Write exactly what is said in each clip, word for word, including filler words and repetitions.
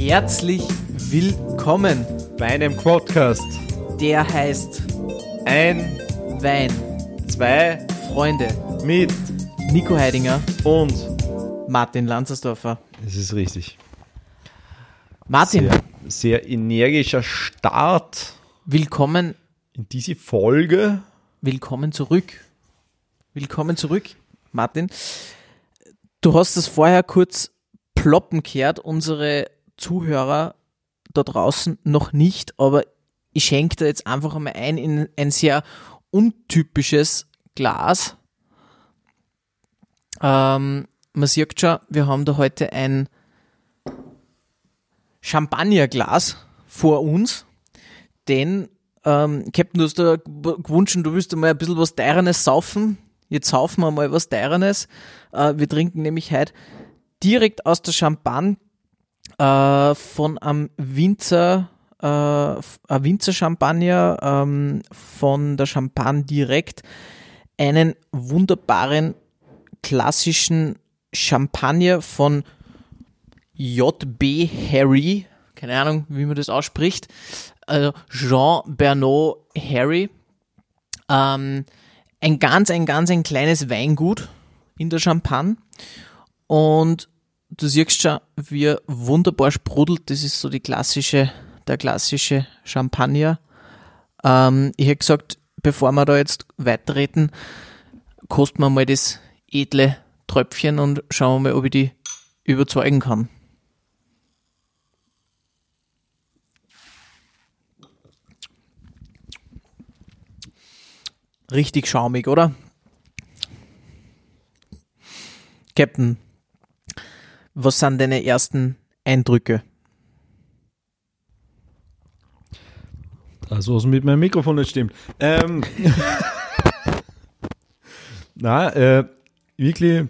Herzlich willkommen bei einem Podcast. Der heißt Ein Wein. Zwei Freunde mit Nico Heidinger und Martin Lanzersdorfer. Das ist richtig. Martin, Sehr, sehr energischer Start willkommen, in diese Folge. willkommen zurück. Willkommen zurück, Martin. Du hast es vorher kurz ploppen gehört, unsere Zuhörer da draußen noch nicht, aber ich schenke da jetzt einfach einmal ein in ein sehr untypisches Glas. Ähm, man sieht schon, wir haben da heute ein Champagnerglas vor uns, denn ähm, Captain, du hast da gewünscht, du willst mal ein bisschen was Teureres saufen. Jetzt saufen wir mal was Teureres. Äh, wir trinken nämlich heute direkt aus der Champagne äh, von einem Winzer, äh, ein Winzer Champagner ähm, von der Champagne direkt, einen wunderbaren klassischen Champagner von J B Harry, keine Ahnung, wie man das ausspricht, also Jean Bernot Harry, ähm, ein ganz, ein ganz, ein kleines Weingut in der Champagne und du siehst schon, wie er wunderbar sprudelt, das ist so die klassische, der klassische Champagner. Ähm, ich hätte gesagt, bevor wir da jetzt weiterreden, kosten wir mal das edle Tröpfchen und schauen wir mal, ob ich die überzeugen kann. Richtig schaumig, oder? Captain, was sind deine ersten Eindrücke? Also, was mit meinem Mikrofon nicht stimmt. Ähm. Na, äh, wirklich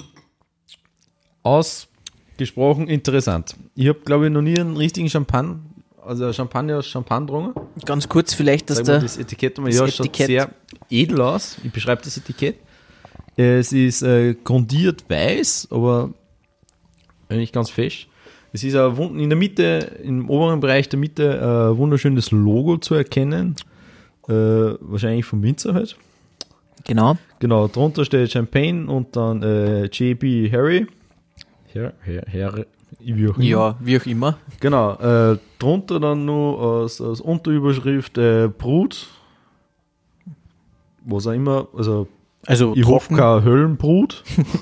ausgesprochen interessant. Ich habe, glaube ich, noch nie einen richtigen Champagner, also Champagner aus Champagne getrunken. Ganz kurz vielleicht, dass Sag der... mal, das Etikett mal, das ja, schaut Etikett. sehr edel aus. Ich beschreibe das Etikett. Es ist äh, grundiert weiß, aber eigentlich ganz fest. Es ist auch wund- in der Mitte, im oberen Bereich der Mitte, ein wunderschönes Logo zu erkennen. Äh, wahrscheinlich vom Winzer halt. Genau. Genau, drunter steht Champagne und dann äh, J B Harry. Her, her, her, wie auch immer. Ja, wie auch immer. Genau, äh, drunter dann noch als, als Unterüberschrift äh, Brut. Was auch immer, also Also ich hoffe trocken, keine Höllenbrut.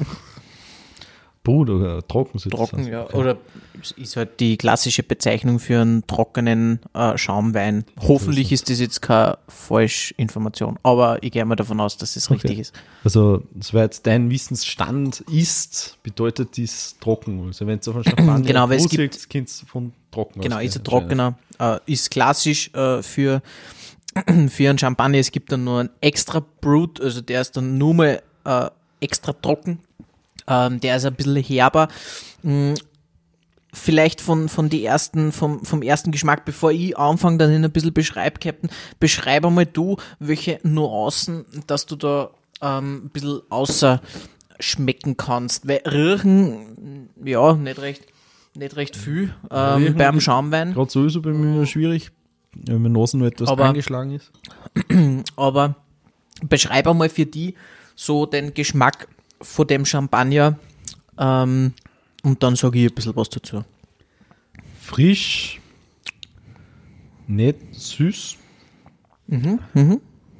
Brut oder trocken sozusagen. trocken, ja. Oder ist halt die klassische Bezeichnung für einen trockenen äh, Schaumwein. Hoffentlich ist das jetzt keine Falschinformation, aber ich gehe mal davon aus, dass das richtig Okay. ist. Also, soweit dein Wissensstand ist, bedeutet dies trocken. Also, wenn es auf einen Champagner Genau, weil es Brut gibt- liegt, kann es von trocken Genau, ausgehen, ist ein trockener, äh, ist klassisch äh, für, für einen Champagner. Es gibt dann nur einen extra Brut, also der ist dann nur mal äh, extra trocken. Ähm, der ist ein bisschen herber. Mm, Vielleicht von, von die ersten, vom, vom ersten Geschmack, bevor ich anfange, dann ihn ein bisschen beschreibe, Captain, beschreib einmal du, welche Nuancen, dass du da ähm, ein bisschen außer schmecken kannst. Weil riechen, ja, nicht recht, nicht recht viel ähm, Riechen beim ist Schaumwein. Gerade sowieso bei mir schwierig, wenn meine Nase noch etwas Aber- angeschlagen ist. Aber beschreib einmal für die so den Geschmack von dem Champagner ähm, und dann sage ich ein bisschen was dazu. Frisch, nicht süß. Mhm, mhm.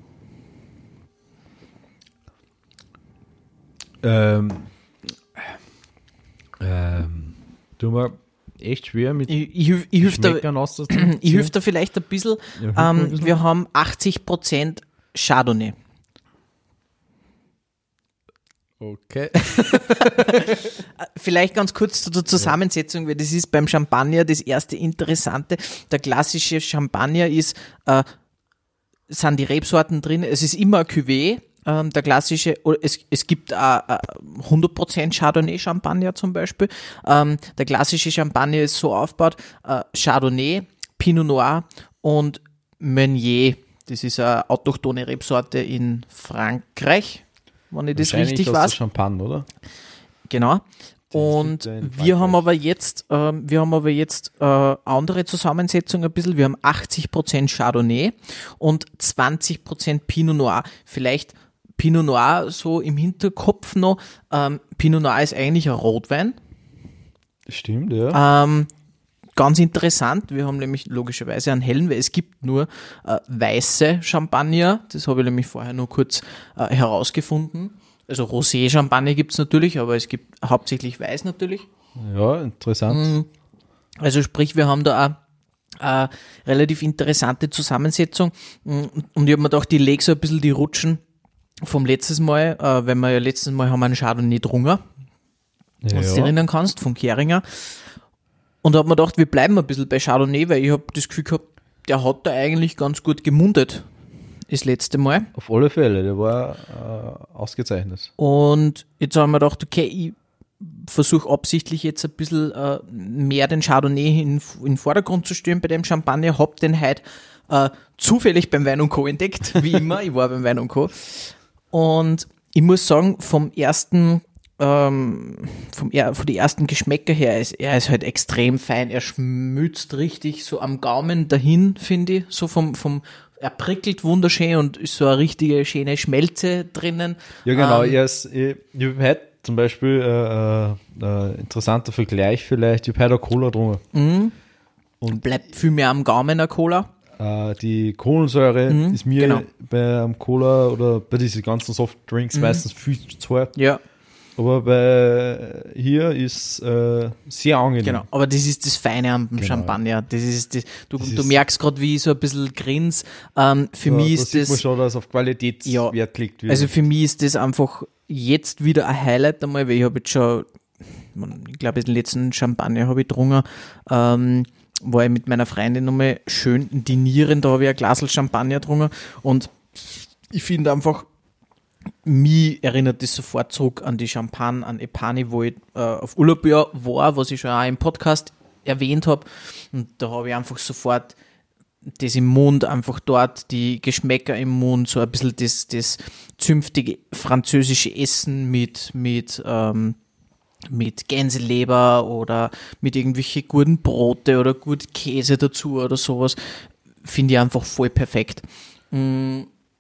Ähm, ähm, tu mir echt schwer mit Ich, ich, hilf- ich hilf da, Geschmäckern auszuziehen. ich hilf da vielleicht ein bisschen. Ja, hilf mal ein Ähm, bisschen. wir haben achtzig Prozent Chardonnay. Okay. Vielleicht ganz kurz zu der Zusammensetzung, weil das ist beim Champagner das erste Interessante. Der klassische Champagner ist, äh, sind die Rebsorten drin, es ist immer ein Cuvée, ähm, der klassische, oder es, es gibt auch äh, hundert Prozent Chardonnay Champagner zum Beispiel. Ähm, der klassische Champagner ist so aufgebaut, äh, Chardonnay, Pinot Noir und Meunier. Das ist eine autochthone Rebsorte in Frankreich, wenn ich das Wahrscheinlich richtig aus weiß. der Champagne, oder? Genau. Und wir haben aber jetzt, ähm, wir haben aber jetzt äh, andere Zusammensetzung ein bisschen. Wir haben achtzig Prozent Chardonnay und zwanzig Prozent Pinot Noir. Vielleicht Pinot Noir so im Hinterkopf noch. Ähm, Pinot Noir ist eigentlich ein Rotwein. Stimmt, ja. Ähm, ganz interessant, wir haben nämlich logischerweise einen hellen, weil es gibt nur äh, weiße Champagner. Das habe ich nämlich vorher nur kurz äh, herausgefunden. Also Rosé-Champagner gibt es natürlich, aber es gibt hauptsächlich weiß natürlich. Ja, interessant. Also sprich, wir haben da auch eine relativ interessante Zusammensetzung. Und ich habe mir gedacht, ich lege so ein bisschen die Rutschen vom letzten Mal, äh, weil wir ja letztes Mal haben wir einen Chardonnay drungen, wenn du dich erinnern kannst, von Kehringer. Und habe mir gedacht, wir bleiben ein bisschen bei Chardonnay, weil ich habe das Gefühl gehabt, der hat da eigentlich ganz gut gemundet. Das letzte Mal. Auf alle Fälle, der war äh, ausgezeichnet. Und jetzt haben wir gedacht, okay, ich versuche absichtlich jetzt ein bisschen äh, mehr den Chardonnay in, in den Vordergrund zu stellen bei dem Champagner. Hab den heute äh, zufällig beim Wein und Co. entdeckt, wie immer. Ich war beim Wein und Co. Und ich muss sagen, vom ersten, ähm, vom, von den ersten Geschmäcker her, ist, er ist halt extrem fein. Er schmützt richtig so am Gaumen dahin, finde ich. So vom, vom Er prickelt wunderschön und ist so eine richtige schöne Schmelze drinnen. Ja, genau. Ähm, er ist, ich ich habe heute zum Beispiel äh, äh, interessanter Vergleich vielleicht. Ich habe heute eine Cola drungen. Mhm. Und bleibt viel mehr am Gaumen, eine Cola. Äh, die Kohlensäure Mhm, ist mir genau. bei einem Cola oder bei diesen ganzen Softdrinks Mhm. meistens viel zu hart. Ja, Aber bei hier ist äh, sehr angenehm. genau. Aber das ist das Feine am Genau. Champagner. Das ist das, du, Das du ist- merkst gerade, wie ich so ein bisschen grins. Ähm, für Da- mich da ist sieht man das, schon, dass auf Qualität Ja, Wert liegt. wieder. also für mich ist das einfach jetzt wieder ein Highlight einmal, weil ich habe jetzt schon, ich glaube, den letzten Champagner habe ich getrunken, ähm, war ich mit meiner Freundin nochmal schön dinieren, da habe ich ein Glas Champagner getrunken und ich finde einfach, mich erinnert das sofort zurück an die Champagne, an Epani, wo ich äh, auf Urlaub ja war, was ich schon auch im Podcast erwähnt habe. Und da habe ich einfach sofort das im Mund, einfach dort die Geschmäcker im Mund, so ein bisschen das, das zünftige französische Essen mit, mit, ähm, mit Gänseleber oder mit irgendwelche guten Brote oder gut Käse dazu oder sowas, finde ich einfach voll perfekt. Mm.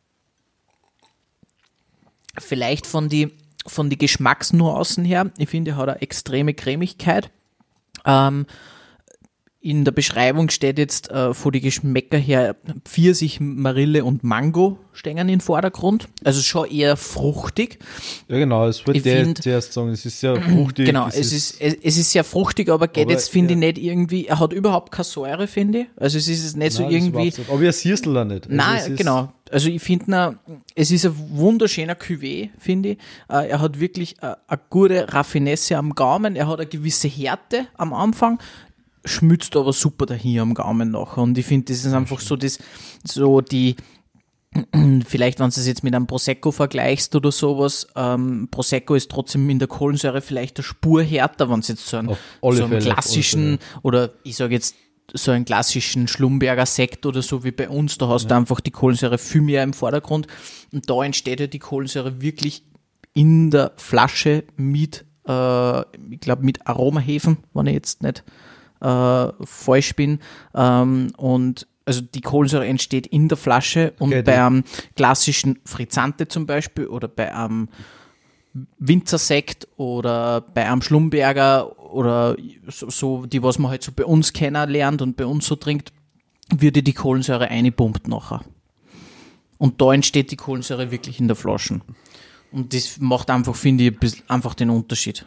Vielleicht von die, von die Geschmacksnuancen her, ich finde, er hat eine extreme Cremigkeit. Ähm, in der Beschreibung steht jetzt äh, von die Geschmäcker her Pfirsich, Marille und Mango stehen im Vordergrund. Also schon eher fruchtig. ja, genau, das wollte ich ich find- zuerst sagen. Es ist sehr fruchtig. Genau, es ist, es, es ist sehr fruchtig, aber geht Aber, jetzt, finde ja. ich, nicht irgendwie, er hat überhaupt keine Säure, finde ich. Also es ist es nicht so Nein, das irgendwie. überhaupt nicht. Aber ihr siehst auch nicht. Also Nein, es ist- genau. Also ich finde, es ist ein wunderschöner Cuvée, finde ich. Äh, Er hat wirklich äh, eine gute Raffinesse am Gaumen. Er hat eine gewisse Härte am Anfang, schmützt aber super dahin am Gaumen nachher. Und ich finde, das ist einfach so das, so die, vielleicht wenn du es jetzt mit einem Prosecco vergleichst oder sowas, ähm, Prosecco ist trotzdem in der Kohlensäure vielleicht eine Spur härter, wenn es jetzt so einen, Auf alle so einen Fälle, auf alle klassischen, oder ich sage jetzt so einen klassischen Schlumberger Sekt oder so wie bei uns, da hast du einfach die Kohlensäure viel mehr im Vordergrund und da entsteht ja die Kohlensäure wirklich in der Flasche mit, äh, ich glaube mit Aromahefen, wenn ich jetzt nicht äh, falsch bin, ähm, und also die Kohlensäure entsteht in der Flasche und Okay, bei die- einem klassischen Frizzante zum Beispiel oder bei einem Winzersekt oder bei einem Schlumberger oder so, so die, was man halt so bei uns kennenlernt und bei uns so trinkt, wird dir die Kohlensäure eingepumpt nachher. Und da entsteht die Kohlensäure wirklich in der Flasche. Und das macht einfach, finde ich, ein bisschen einfach den Unterschied.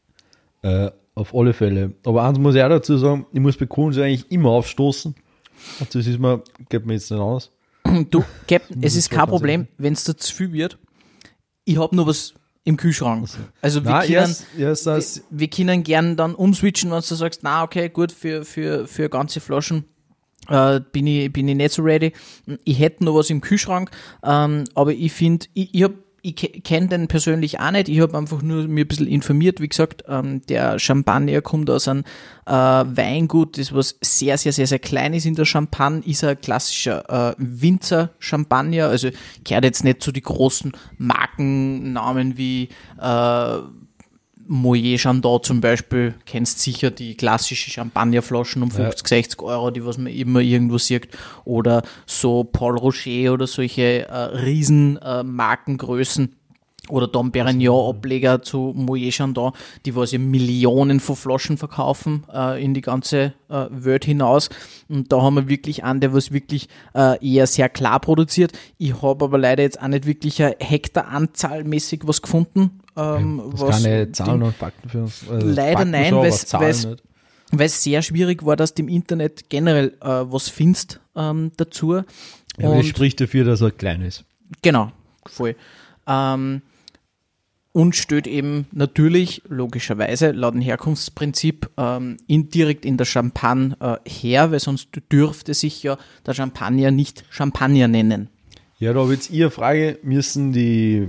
Äh, auf alle Fälle. Aber eins muss ich auch dazu sagen, ich muss bei Kohlensäure eigentlich immer aufstoßen. Und das ist mir, geht mir jetzt nicht aus. Du, Captain, es Das ist war kein ganz Problem, wenn es da zu viel wird. Ich habe nur was im Kühlschrank. Also wir Nein, können, erst, erst als, wir, wir können gern dann umswitchen, wenn du sagst, na okay, gut, für, für, für ganze Flaschen äh, bin, ich, bin ich nicht so ready. Ich hätte noch was im Kühlschrank, ähm, aber ich finde, ich, ich, hab- ich ke- kenne den persönlich auch nicht, ich habe einfach nur mir ein bisschen informiert, wie gesagt, ähm, der Champagner kommt aus einem äh, Weingut, das was sehr, sehr, sehr, sehr klein ist in der Champagne, ist ein klassischer äh, Winzer-Champagner, also gehört jetzt nicht zu die großen Markennamen wie äh, Moet Chandon zum Beispiel, kennst sicher die klassische Champagnerflaschen um fünfzig, ja. sechzig Euro, die was man immer irgendwo sieht. Oder so Paul Rocher oder solche äh, riesen äh, Markengrößen. Oder Dom Perignon-Ableger zu Moet Chandon, die was ja Millionen von Flaschen verkaufen äh, in die ganze äh, Welt hinaus. Und da haben wir wirklich einen, der was wirklich äh, eher sehr klar produziert. Ich habe aber leider jetzt auch nicht wirklich eine Hektaranzahlmäßig was gefunden. Ähm, das was keine Zahlen und Fakten für uns. Also leider Fakten nein, schon, weil aber es- Zahlen weil es- nicht. weil es sehr schwierig war, dass du im Internet generell äh, was findest ähm, dazu. Ja, aber das Und- spricht dafür, dass er klein ist. Genau, voll. Ähm, und stellt eben natürlich, logischerweise, laut dem Herkunftsprinzip ähm, indirekt in der Champagne äh, her, weil sonst dürfte sich ja der Champagner nicht Champagner nennen. Ja, da habe jetzt ihr Frage, müssen die,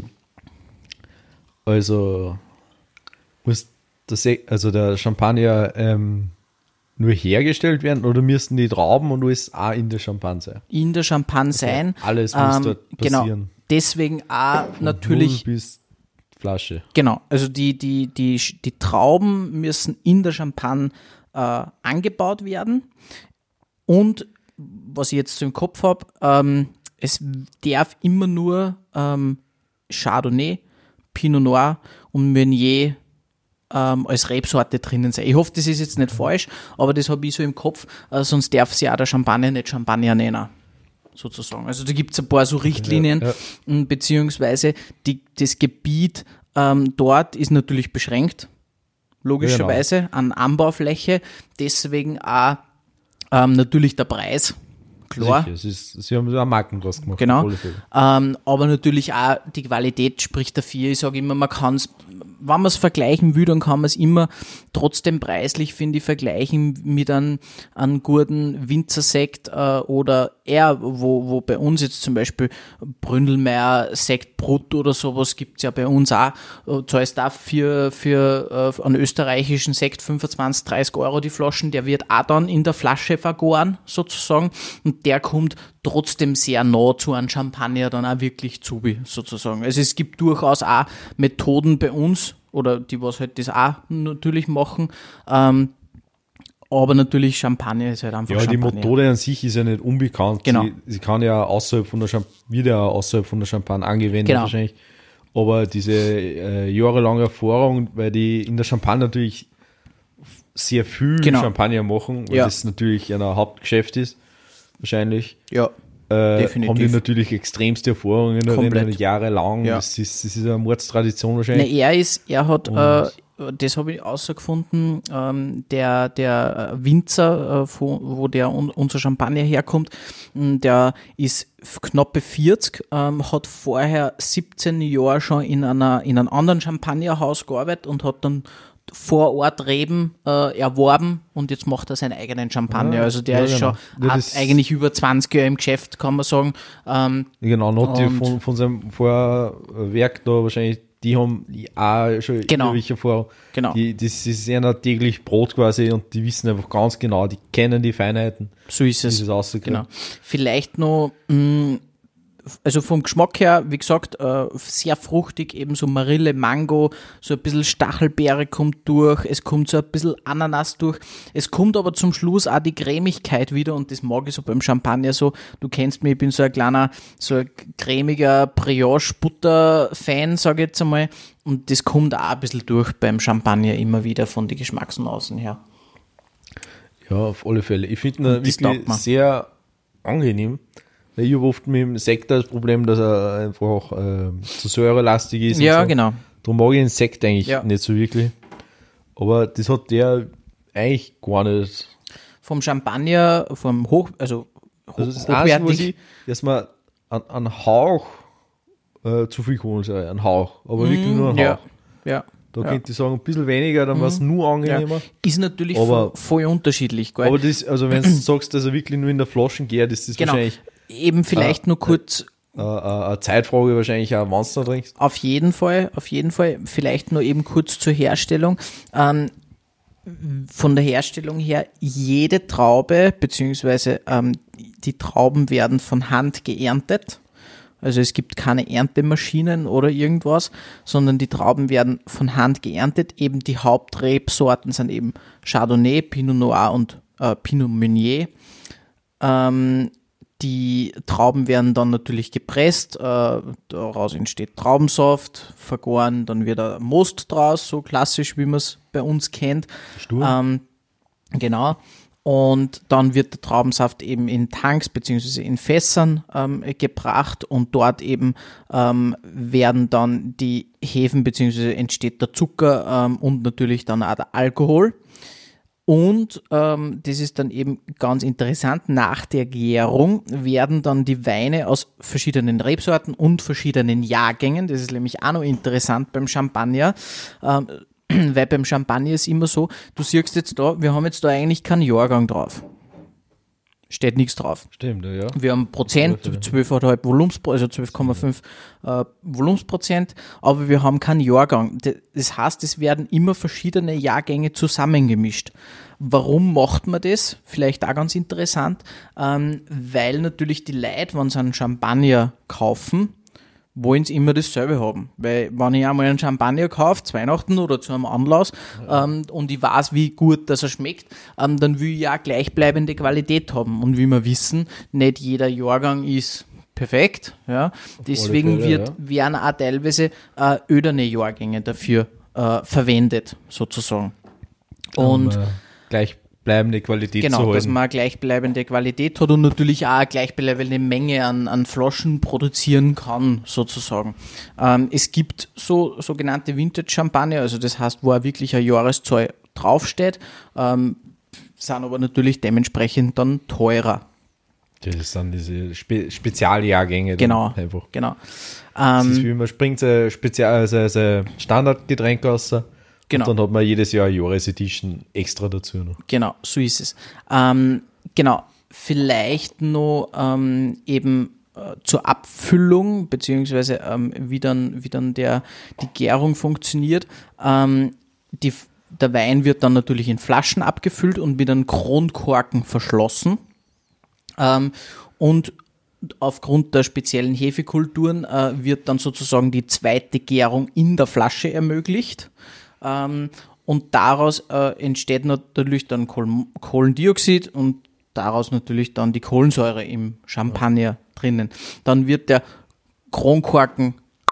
also, muss der, Se- also der Champagner ähm, nur hergestellt werden oder müssten die Trauben und alles auch in der Champagne sein? In der Champagne sein. Alles muss Ähm, dort genau, passieren. deswegen auch natürlich Null bis Flasche. Genau, also die, die, die, die Trauben müssen in der Champagne äh, angebaut werden. Und was ich jetzt so im Kopf habe, ähm, es darf immer nur ähm, Chardonnay, Pinot Noir und Meunier ähm, als Rebsorte drinnen sein. Ich hoffe, das ist jetzt nicht falsch, aber das habe ich so im Kopf, äh, sonst darf sie auch der Champagner nicht Champagner nennen. Sozusagen. Also da gibt es ein paar so Richtlinien, Ja, m, beziehungsweise die, das Gebiet ähm, dort ist natürlich beschränkt, logischerweise, an Anbaufläche, deswegen auch ähm, natürlich der Preis, klar. Sicher, es ist, sie haben da eine Marken draus gemacht. Genau. auf alle Fälle. Ähm, aber natürlich auch die Qualität spricht dafür. Ich sage immer, man kann es, wenn man es vergleichen will, dann kann man es immer trotzdem preislich, finde ich, vergleichen mit einem, einem guten Winzersekt äh, oder eher, wo, wo bei uns jetzt zum Beispiel Bründelmeier Sekt Brut oder sowas gibt es ja bei uns auch. Äh, Zahlst da für, für äh, einen österreichischen Sekt fünfundzwanzig, dreißig Euro die Flaschen, der wird auch dann in der Flasche vergoren sozusagen und der kommt trotzdem sehr nah zu einem Champagner dann auch wirklich zu, sozusagen. Also es gibt durchaus auch Methoden bei uns, oder die was halt das auch natürlich machen, ähm, aber natürlich Champagner ist halt einfach Ja, die Champagner. Methode an sich ist ja nicht unbekannt. Genau. Sie, sie kann ja außerhalb von der Champ wieder außerhalb von der Champagne angewendet Genau. wahrscheinlich. Aber diese äh, jahrelange Erfahrung, weil die in der Champagne natürlich sehr viel Genau. Champagner machen, weil Ja. das natürlich ein Hauptgeschäft ist, wahrscheinlich. Ja, Äh, Definitiv. haben die natürlich extremste Erfahrungen darin, Komplett. jahrelang. Ja. Das, ist, das ist eine Mordstradition Na, wahrscheinlich. er ist, er hat, Und- äh, das habe ich außergefunden, ähm, der, der äh, Winzer, äh, wo, wo der un, unser Champagner herkommt, m, der ist f- knappe vierzig, ähm, hat vorher siebzehn Jahre schon in einer, in einem anderen Champagnerhaus gearbeitet und hat dann vor Ort Reben äh, erworben und jetzt macht er seinen eigenen Champagner. Ah, also der ja, ist genau. schon Ja, hat das- eigentlich über zwanzig Jahre im Geschäft, kann man sagen. Ähm, Genau, Notti Und- von, von seinem Vorwerk da wahrscheinlich, die haben auch schon Genau. irgendwelche Erfahrung. Genau. Die, das ist ja täglich Brot quasi und die wissen einfach ganz genau, die kennen die Feinheiten, so ist wie es. sie es rausgekriegt. Genau. Vielleicht noch, mh, also vom Geschmack her, wie gesagt, äh, sehr fruchtig, eben so Marille, Mango, so ein bisschen Stachelbeere kommt durch, es kommt so ein bisschen Ananas durch, es kommt aber zum Schluss auch die Cremigkeit wieder und das mag ich so beim Champagner so, du kennst mich, ich bin so ein kleiner, so ein cremiger Brioche-Butter-Fan, sage ich jetzt einmal, und das kommt auch ein bisschen durch beim Champagner immer wieder von den Geschmacksnuancen her. Ja, auf alle Fälle. Ich finde ihn Und das wirklich taugt mir. sehr angenehm. Weil ich habe oft mit dem Sekt das Problem, dass er einfach äh, zu säurelastig ist. und Ja, so. genau. Darum mag ich den Sekt eigentlich Ja. nicht so wirklich. Aber das hat der eigentlich gar nicht. Vom Champagner, vom Hoch, also hoch, Also das Einzige, was hochwertig. ich, dass man an, an Hauch äh, zu viel Kohlensäure, ein Hauch, aber wirklich nur ein Hauch. Ja, ja. Da ja. könnte ich sagen, ein bisschen weniger, dann war es nur ja. angenehmer. Ist natürlich Aber- voll, voll unterschiedlich. Gell? Aber das, also wenn du sagst, dass er wirklich nur in der Flaschen geht, ist das genau. wahrscheinlich Eben vielleicht Ah, nur kurz, äh, äh, eine Zeitfrage wahrscheinlich auch, wenn du da trinkst. auf jeden Fall, auf jeden Fall, vielleicht nur eben kurz zur Herstellung. Ähm, von der Herstellung her, jede Traube, beziehungsweise ähm, die Trauben werden von Hand geerntet. Also es gibt keine Erntemaschinen oder irgendwas, sondern die Trauben werden von Hand geerntet. Eben die Hauptrebsorten sind eben Chardonnay, Pinot Noir und äh, Pinot Meunier. Ähm, die Trauben werden dann natürlich gepresst, äh, daraus entsteht Traubensaft, vergoren, dann wird ein Most draus, so klassisch, wie man es bei uns kennt. Ähm, genau. Und dann wird der Traubensaft eben in Tanks bzw. in Fässern ähm, gebracht und dort eben ähm, werden dann die Hefen bzw. entsteht der Zucker ähm, und natürlich dann auch der Alkohol. Und ähm, das ist dann eben ganz interessant, nach der Gärung werden dann die Weine aus verschiedenen Rebsorten und verschiedenen Jahrgängen, das ist nämlich auch noch interessant beim Champagner, ähm, weil beim Champagner ist immer so, du siehst jetzt da, wir haben jetzt da eigentlich keinen Jahrgang drauf. Steht nichts drauf. Stimmt, ja. Wir haben Prozent, zwölf Komma fünf Volumensprozent, also zwölf Komma fünf äh, Volumensprozent, aber wir haben keinen Jahrgang. Das heißt, es werden immer verschiedene Jahrgänge zusammengemischt. Warum macht man das? Vielleicht auch ganz interessant, ähm, weil natürlich die Leute, wenn sie einen Champagner kaufen, wollen sie immer dasselbe haben. Weil wenn ich einmal einen Champagner kaufe, zu Weihnachten oder zu einem Anlass, ja. ähm, und ich weiß, wie gut das er schmeckt, ähm, dann will ich ja gleichbleibende Qualität haben. Und wie wir wissen, nicht jeder Jahrgang ist perfekt. Ja. Deswegen Fälle, wird, ja. werden auch teilweise äh, öderne Jahrgänge dafür äh, verwendet, sozusagen. Und um, äh, gleichbleibende Qualität genau, zu halten. Genau, dass man eine gleichbleibende Qualität hat und natürlich auch eine gleichbleibende Menge an, an Flaschen produzieren kann, sozusagen. Ähm, es gibt so sogenannte Vintage-Champagner, also das heißt, wo auch wirklich eine Jahreszahl draufsteht, ähm, sind aber natürlich dementsprechend dann teurer. Das sind diese Spe- Spezialjahrgänge. Genau, einfach. genau. Das ist wie man springt ein Spezial, also, also Standardgetränk aus. Genau. Und dann hat man jedes Jahr eine Jahresedition extra dazu noch. Genau, so ist es. Ähm, genau, vielleicht noch ähm, eben äh, zur Abfüllung, beziehungsweise ähm, wie dann, wie dann der, die Gärung funktioniert. Ähm, die, der Wein wird dann natürlich in Flaschen abgefüllt und mit einem Kronkorken verschlossen. Ähm, und aufgrund der speziellen Hefekulturen äh, wird dann sozusagen die zweite Gärung in der Flasche ermöglicht. Ähm, und daraus äh, entsteht natürlich dann Kohl- Kohlendioxid und daraus natürlich dann die Kohlensäure im Champagner ja. drinnen. Dann wird der Kronkorken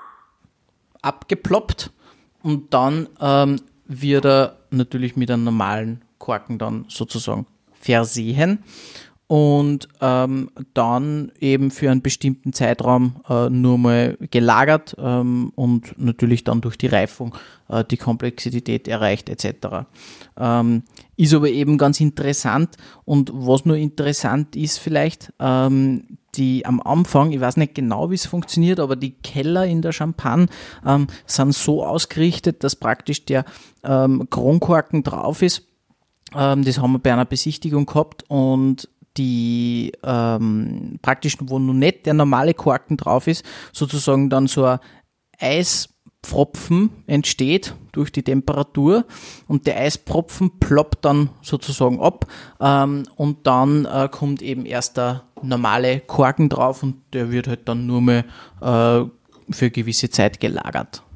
abgeploppt und dann ähm, wird er natürlich mit einem normalen Korken dann sozusagen versehen. Und ähm, dann eben für einen bestimmten Zeitraum äh, nur mal gelagert ähm, und natürlich dann durch die Reifung äh, die Komplexität erreicht et cetera. Ähm, ist aber eben ganz interessant und was nur interessant ist vielleicht, ähm, die am Anfang, ich weiß nicht genau, wie es funktioniert, aber die Keller in der Champagne ähm, sind so ausgerichtet, dass praktisch der ähm, Kronkorken drauf ist. Ähm, das haben wir bei einer Besichtigung gehabt und die ähm, praktisch, wo noch nicht der normale Korken drauf ist, sozusagen dann so ein Eispfropfen entsteht durch die Temperatur und der Eispropfen ploppt dann sozusagen ab ähm, und dann äh, kommt eben erst der normale Korken drauf und der wird halt dann nur mal äh, für eine gewisse Zeit gelagert.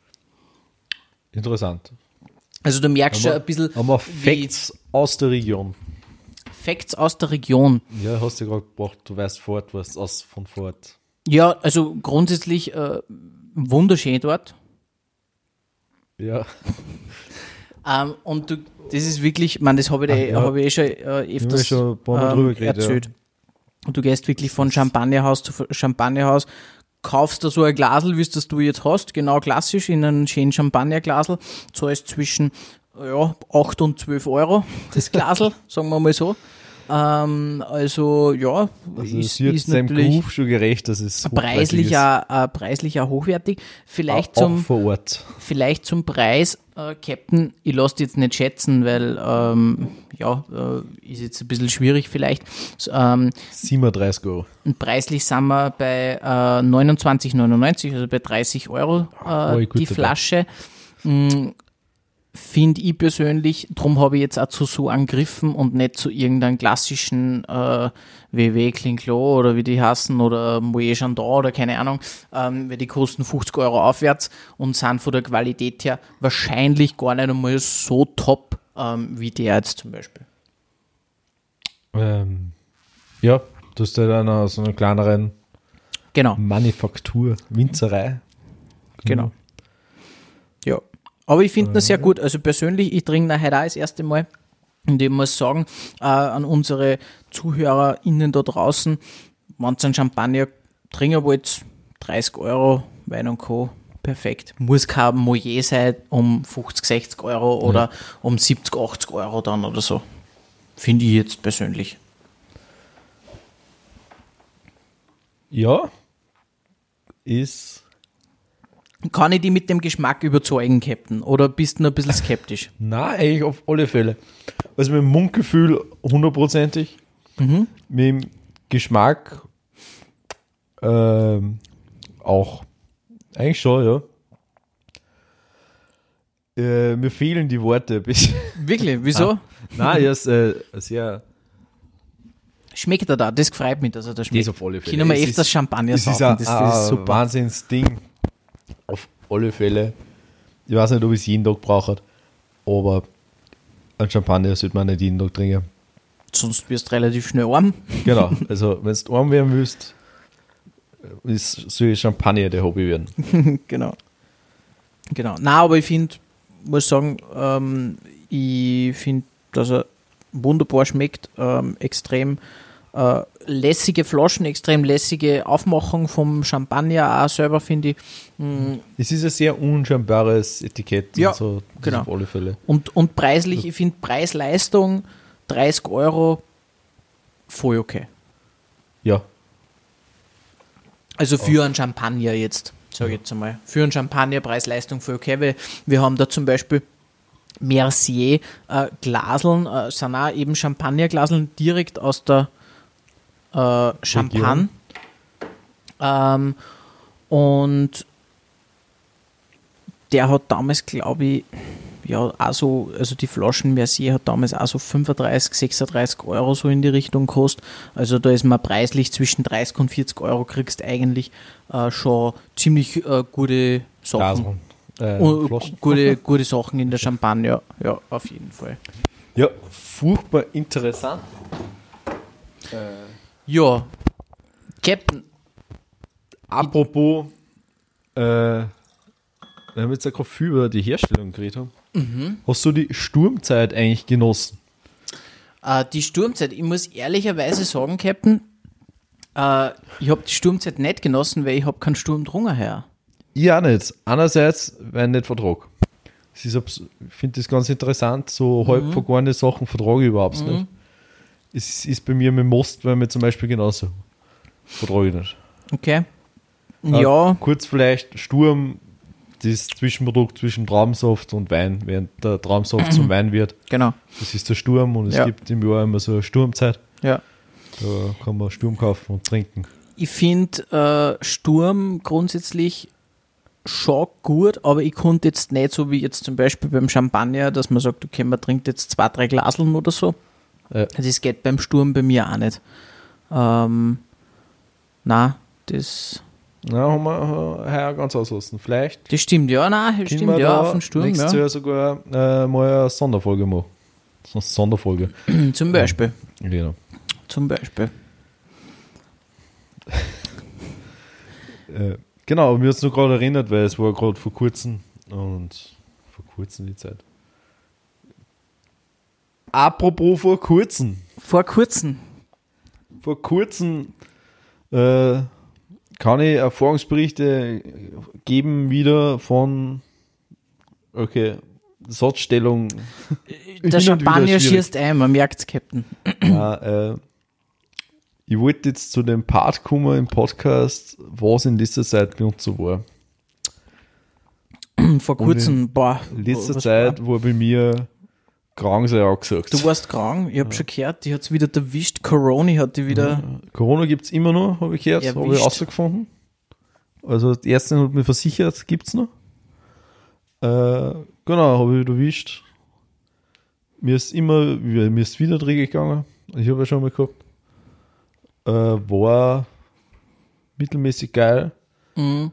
Interessant. Also du merkst schon ein bisschen... Haben wir Facts aus der Region. Facts aus der Region. Ja, hast du gerade gebracht, du weißt fort, was aus von fort. Ja, also grundsätzlich äh, wunderschön dort. Ja. ähm, und du, das ist wirklich, ich meine, das habe ich, eh, ja. hab ich eh schon äh, öfters schon ein paar Mal drüber geredet, erzählt. Ja. Und du gehst wirklich von Champagnerhaus zu Champagnerhaus, kaufst da so ein Glasel, wie es das du jetzt hast, genau klassisch, in einem schönen Champagnerglasel, zahlst zwischen ja, acht und zwölf Euro das Glasel, sagen wir mal so. Ähm, also ja, also ist, ist ist seinem natürlich Ruf schon gerecht, dass es preislich auch, äh, preislich auch hochwertig. Vielleicht auch, zum auch vor Ort. Vielleicht zum Preis, äh, Captain, ich lasse dich jetzt nicht schätzen, weil ähm, ja, äh, ist jetzt ein bisschen schwierig vielleicht. Ähm, siebenunddreißig Euro. Und preislich sind wir bei äh, neunundzwanzig neunundneunzig, also bei dreißig Euro äh, oh, die Flasche. Mm, finde ich persönlich, darum habe ich jetzt auch zu so angegriffen und nicht zu irgendeinem klassischen äh, W W Klinklo oder wie die heißen oder Moët Chandon oder keine Ahnung, ähm, weil die kosten fünfzig Euro aufwärts und sind von der Qualität her wahrscheinlich gar nicht einmal so top ähm, wie der jetzt zum Beispiel. Ähm, ja, du hast ja dann aus so einer kleineren Genau. Manufaktur, Winzerei. Genau. Ja. Aber ich finde ihn sehr gut. Also persönlich, ich trinke ihn heute auch das erste Mal. Und ich muss sagen, äh, an unsere ZuhörerInnen da draußen, wenn ihr einen Champagner trinken wollt, dreißig Euro, Wein und Co., perfekt. Muss kein Moët sein um fünfzig, sechzig Euro oder ja. um siebzig, achtzig Euro dann oder so. Finde ich jetzt persönlich. Ja. Ist... Kann ich die mit dem Geschmack überzeugen, Captain? Oder bist du noch ein bisschen skeptisch? Nein, eigentlich auf alle Fälle. Also mit dem Mundgefühl hundertprozentig. Mhm. Mit dem Geschmack ähm, auch. Eigentlich schon, ja. Äh, mir fehlen die Worte ein bisschen. Wirklich? Wieso? Ah, nein, er ist äh, sehr... Schmeckt er da? Das freut mich, dass er da schmeckt. Das auf alle Fälle. Können wir Es öfters ist- Champagner Das ist saufen. ein, Das, das ist super. Wahnsinnsding. Auf alle Fälle. Ich weiß nicht, ob ich es jeden Tag brauche, aber ein Champagner sollte man nicht jeden Tag trinken. Sonst wirst du relativ schnell arm. Genau, also wenn du arm werden willst, ist, soll Champagner der Hobby werden. Genau. Genau. Nein, aber ich finde, muss sagen, ähm, ich finde, dass er wunderbar schmeckt. Ähm, extrem äh, lässige Flaschen, extrem lässige Aufmachung vom Champagner auch selber, finde ich. Mm, Es ist ein sehr unscheinbares Etikett. Ja, und so, das genau. Auf alle Fälle. Und, und preislich, ich finde Preis-Leistung, dreißig Euro, voll okay. Ja, Also für einen Champagner jetzt, sage ich jetzt einmal. Für einen Champagner Preis-Leistung voll okay, weil wir haben da zum Beispiel Mercier äh, Glaseln, äh, sind auch eben Champagnerglaseln direkt aus der äh, Champagne. Ähm, und der hat damals, glaube ich, ja, also, also die Flaschen Mercier hat damals auch so fünfunddreißig, sechsunddreißig Euro so in die Richtung gekostet. Also da ist man preislich zwischen dreißig und vierzig Euro kriegst eigentlich äh, schon ziemlich äh, gute Sachen. Glasl, äh, Und Flaschen. gute, gute Sachen in der Champagne, ja, ja, auf jeden Fall. Ja, furchtbar interessant. Ja, Captain, Apropos, äh, wir haben jetzt ja gerade viel über die Herstellung geredet haben. Hast du die Sturmzeit eigentlich genossen? äh, die Sturmzeit, ich muss ehrlicherweise sagen, Captain, äh, ich habe die Sturmzeit nicht genossen, weil ich habe keinen Sturm drungen her. Ich auch nicht. Einerseits, weil ich nicht vertrage. Es ist abs- Ich finde das ganz interessant, so halb vergorene Sachen vertrage ich überhaupt nicht. Es ist bei mir mit Most, weil mir zum Beispiel genauso vertrage ich nicht. Okay. Äh, Ja, Kurz vielleicht Sturm, das Zwischenprodukt zwischen Traubensaft und Wein, während der Traubensaft zum Wein wird. genau. Das ist der Sturm und es Ja. gibt im Jahr immer so eine Sturmzeit. Ja. Da kann man Sturm kaufen und trinken. Ich finde äh, Sturm grundsätzlich schon gut, aber ich konnte jetzt nicht so wie jetzt zum Beispiel beim Champagner, dass man sagt, okay, man trinkt jetzt zwei, drei Glaseln oder so. Ja. Das geht beim Sturm bei mir auch nicht. Ähm, na, das, Na, haben wir äh, heuer ganz auslassen. Vielleicht das stimmt, ja, nein, das können stimmt, wir ja, da auf den Sturm, nächstes ja. Jahr sogar äh, mal eine Sonderfolge machen. So eine Sonderfolge. Zum Beispiel, Genau. zum Beispiel. Äh, genau, mir hat es nur gerade erinnert, weil es war gerade vor kurzem und vor kurzem die Zeit. Apropos vor kurzem. Vor kurzem, Vor kurzem äh, kann ich Erfahrungsberichte geben wieder von okay, Satzstellung. der Hin und wieder Champagner schwierig. schießt ein, man merkt es, Captain. Ja, äh, ich wollte jetzt zu dem Part kommen im Podcast, was in letzter Zeit bei uns so war. Vor kurzem, boah. In letzter was Zeit war? war bei mir Kranksein angesagt. Du warst krank, ich habe schon gehört, die hat es wieder erwischt, Corona hat die wieder, Corona gibt es immer noch, habe ich gehört, habe ich Erwischt. rausgefunden. Also die Ärztin hat mir versichert, gibt es noch. Äh, genau, habe ich erwischt. Mir ist immer, mir ist wieder dreckig gegangen. Ich habe ja schon mal gehabt. Äh, war mittelmäßig geil. Mhm.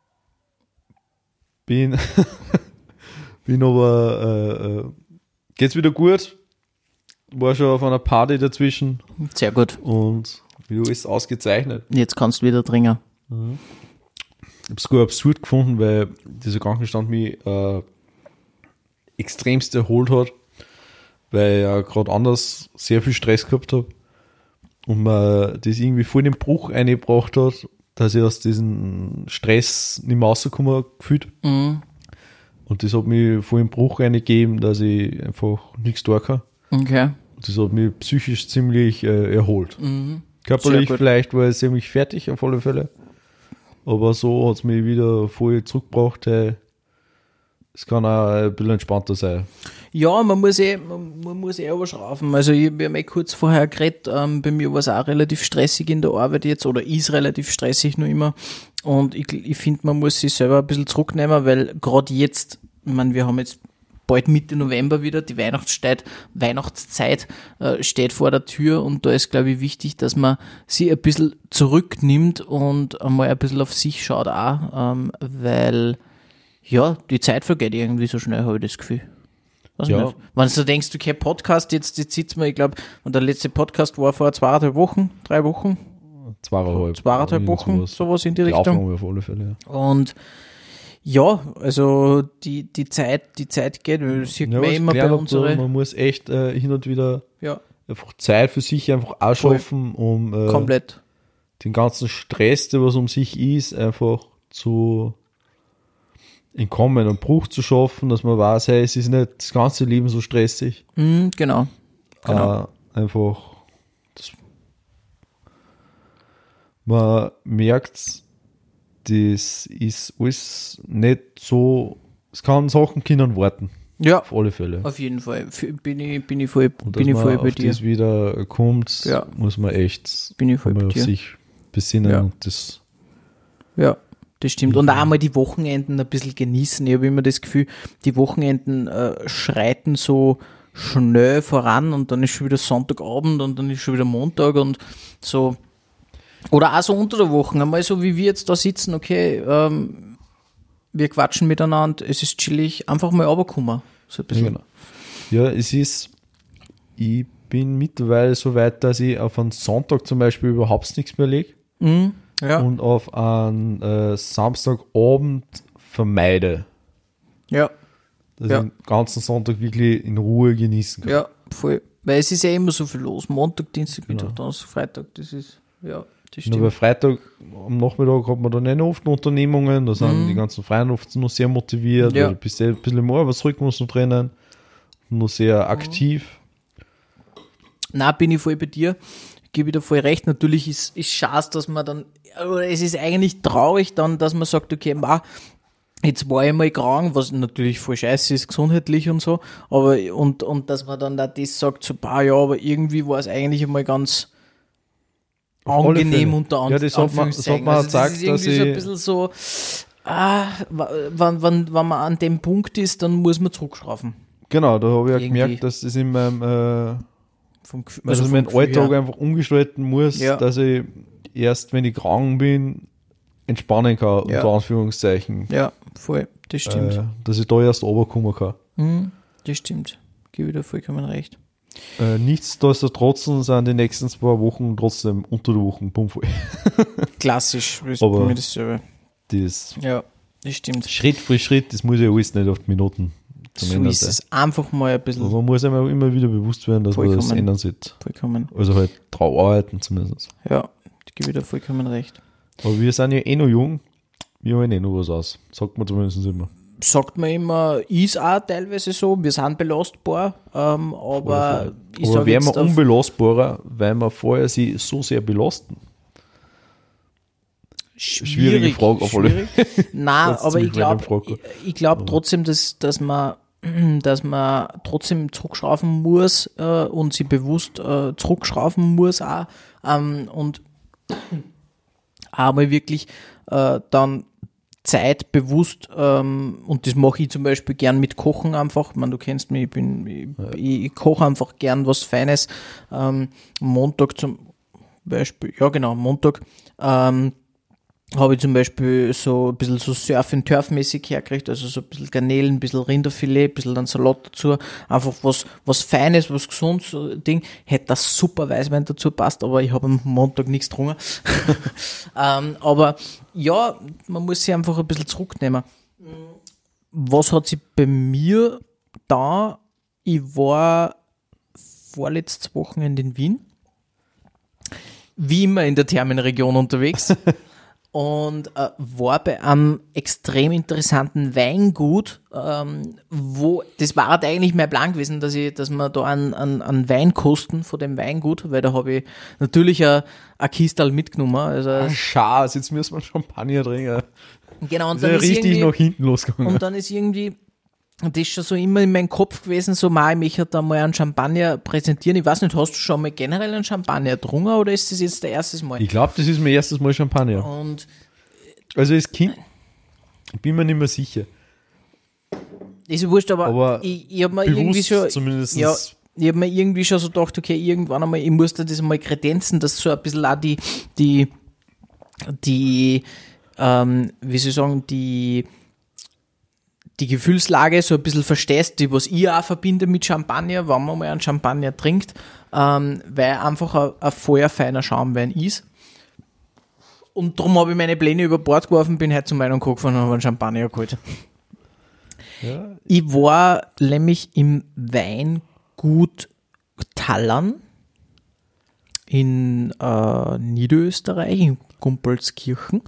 Bin, bin aber, äh, äh, geht's wieder gut. War schon auf einer Party dazwischen. Sehr gut. Und wie du ist ausgezeichnet. Jetzt kannst du wieder trinken. Mhm. Ich habe es sogar absurd gefunden, weil dieser Krankenstand mich äh, extremst erholt hat, weil ich ja gerade anders sehr viel Stress gehabt habe und man das irgendwie voll den Bruch eingebracht hat, dass ich aus diesem Stress nicht mehr rausgekommen gefühlt. Mhm. Und das hat mich voll den Bruch eingegeben, dass ich einfach nichts tun kann. Okay. Und das hat mich psychisch ziemlich äh, erholt. Mhm. Körperlich vielleicht war ich ziemlich fertig auf alle Fälle. Aber so hat es mich wieder voll zurückgebracht. Hey, es kann auch ein bisschen entspannter sein. Ja, man muss eh, man, man muss eh aber schrauben. Also ich habe ja kurz vorher geredet, ähm, bei mir war es auch relativ stressig in der Arbeit jetzt oder ist relativ stressig noch immer. Und ich, ich finde, man muss sich selber ein bisschen zurücknehmen, weil gerade jetzt, ich meine, wir haben jetzt bald Mitte November wieder, die Weihnachtszeit, Weihnachtszeit äh, steht vor der Tür und da ist, glaube ich, wichtig, dass man sich ein bisschen zurücknimmt und einmal ein bisschen auf sich schaut auch, ähm, weil ja, die Zeit vergeht irgendwie so schnell, habe ich das Gefühl. Weiß Ja. nicht. Wenn du denkst, okay, Podcast, jetzt, jetzt sitzen wir, ich glaube, und der letzte Podcast war vor zweieinhalb Wochen, drei Wochen, Zweieinhalb. zweieinhalb Irgend Wochen, sowas. sowas in die Die Richtung. Aufnahme auf alle Fälle, ja. Und ja, also die, die Zeit, die Zeit geht, das sieht Ja, man was immer bei gelernt hab, unsere, man muss echt äh, hin und wieder ja, einfach Zeit für sich einfach ausschaffen, um äh, komplett. den ganzen Stress, der was um sich ist, einfach zu entkommen, einen Bruch zu schaffen, dass man weiß, hey, es ist nicht das ganze Leben so stressig. Mhm, genau. Genau. Äh, einfach, das, man merkt, das ist alles nicht so, es kann Sachen können warten, Ja, auf alle Fälle. auf jeden Fall. F- Bin ich, bin ich voll, Und bin dass ich man voll bei auf dir. das wieder kommt, Ja. muss man echt Bin ich voll mal bei auf dir. sich besinnen Ja. und das Ja, das stimmt. Und auch mal die Wochenenden ein bisschen genießen. Ich habe immer das Gefühl, die Wochenenden äh, schreiten so schnell voran und dann ist schon wieder Sonntagabend und dann ist schon wieder Montag und so. Oder auch so unter der Woche, einmal so wie wir jetzt da sitzen, okay, ähm, wir quatschen miteinander, es ist chillig, einfach mal runterkommen. So ein bisschen. Ja, genau. Ja, es ist, ich bin mittlerweile so weit, dass ich auf einen Sonntag zum Beispiel überhaupt nichts mehr lege Mhm. Ja, und auf einen äh, Samstagabend vermeide, ja, dass Ja. ich den ganzen Sonntag wirklich in Ruhe genießen kann. ja, voll. Weil es ist ja immer so viel los. Montag, Dienstag, Genau. Mittwoch, Donnerstag, Freitag, das ist, ja, das Und aber stimmt. Freitag am Nachmittag hat man dann eh noch oft Unternehmungen, da sind Mhm. die ganzen Freien oft noch sehr motiviert, Ja. weil du bist eh ein bisschen im Arbeitsrhythmus noch drinnen, noch sehr aktiv. Na, bin ich voll bei dir. Gebe ich dir voll recht. Natürlich ist ist schade, dass man dann, oder es ist eigentlich traurig dann, dass man sagt, okay, ma, jetzt war ich mal krank, was natürlich voll scheiße ist, gesundheitlich und so, aber, und, und dass man dann da das sagt, so, bah, ja, aber irgendwie war es eigentlich einmal ganz Auf alle angenehm Fälle. unter An- Ja, das hat man- das hat Anführungszeichen. man auch Also das gesagt, ist irgendwie dass so ein ich- bisschen so, ah, wa- wenn, wenn, wenn man an dem Punkt ist, dann muss man zurückschrauben. Genau, da habe ich auch Irgendwie. gemerkt, dass das in meinem, äh, Vom, Gefühl- also vom meinen Gefühl Alltag her. einfach umgestalten muss, Ja. dass ich erst, wenn ich krank bin, entspannen kann, Ja. unter Anführungszeichen. Ja, voll, das stimmt. Äh, dass ich da erst runterkommen kann. Mhm, das stimmt. Gebe ich dir vollkommen recht. Äh, nichtsdestotrotz sind die nächsten zwei Wochen trotzdem unter der Woche bummvoll. Klassisch, das ist Aber- bei mir dasselbe. Das Ja, das stimmt. Schritt für Schritt, das muss ja alles nicht auf die Minuten zum So Ändern ist sein. es. Einfach mal ein bisschen Aber man muss einem auch immer wieder bewusst werden, dass man das Vollkommen. ändern sollte. vollkommen. Also halt drauf arbeiten zumindest. Ja, da gebe ich dir vollkommen recht. Aber wir sind ja eh noch jung, wir haben eh noch was aus. Sagt man zumindest immer. Sagt man immer, ist auch teilweise so, wir sind belastbar, ähm, aber ich Aber sage wären jetzt wir auf, unbelastbarer, weil wir vorher sie so sehr belasten. schwierige Frage auf alle schwierig. Nein, Das ist aber ich ziemlich random glaube Frage. ich, ich glaub trotzdem, dass, dass man dass man trotzdem zurückschrauben muss äh, und sie bewusst äh, zurückschrauben muss auch ähm, und einmal wirklich äh, dann Zeit bewusst, ähm, und das mache ich zum Beispiel gern mit Kochen einfach. Ich meine, du kennst mich, ich, bin, ich, Ja. ich, ich koche einfach gern was Feines. Ähm, Montag zum Beispiel, ja genau, Montag, ähm, habe ich zum Beispiel so ein bisschen so Surf-and-Turf-mäßig hergekriegt, also so ein bisschen Garnelen, ein bisschen Rinderfilet, ein bisschen dann Salat dazu, einfach was, was Feines, was Gesundes, so Ding. Hätte das super Weißwein dazu passt, aber ich habe am Montag nichts getrunken. ähm, aber ja, man muss sich einfach ein bisschen zurücknehmen. Was hat sich bei mir da? Ich war vorletztes Wochenende in Wien, wie immer in der Thermenregion unterwegs. Und äh, war bei einem extrem interessanten Weingut, ähm, wo, das war halt eigentlich mein Plan gewesen, dass ich, dass wir da einen, einen, einen Wein kosten von dem Weingut, weil da habe ich natürlich ein, ein Kistal mitgenommen. Also, Ah, Schatz, jetzt müssen wir Champagner trinken. genau, und Das ist dann ja ist richtig irgendwie, nach hinten losgegangen. und dann ist irgendwie, das ist schon so immer in meinem Kopf gewesen, so, ma, ich möchte da mal einen Champagner präsentieren. Ich weiß nicht, hast du schon mal generell einen Champagner getrunken oder ist das jetzt der erste Mal? Ich glaube, das ist mein erstes Mal Champagner. Und Also es Kind, ich bin mir nicht mehr sicher. ist wurscht, aber, Aber ich, ich habe mir irgendwie Bewusst schon, zumindest. ja, ich habe mir irgendwie schon so gedacht, okay, irgendwann einmal, ich muss da das mal kredenzen, dass so ein bisschen auch die, die, die, ähm, wie soll ich sagen, die, die Gefühlslage so ein bisschen verstehst, die was ich auch verbinde mit Champagner, wenn man mal einen Champagner trinkt, ähm, weil einfach ein, ein voller feiner Schaumwein ist. Und darum habe ich meine Pläne über Bord geworfen, bin heute zu meinem Koch gefahren und habe einen Champagner geholt. Ja, Ich war nämlich im Weingut Tallern in äh, Niederösterreich, in Gumpelskirchen.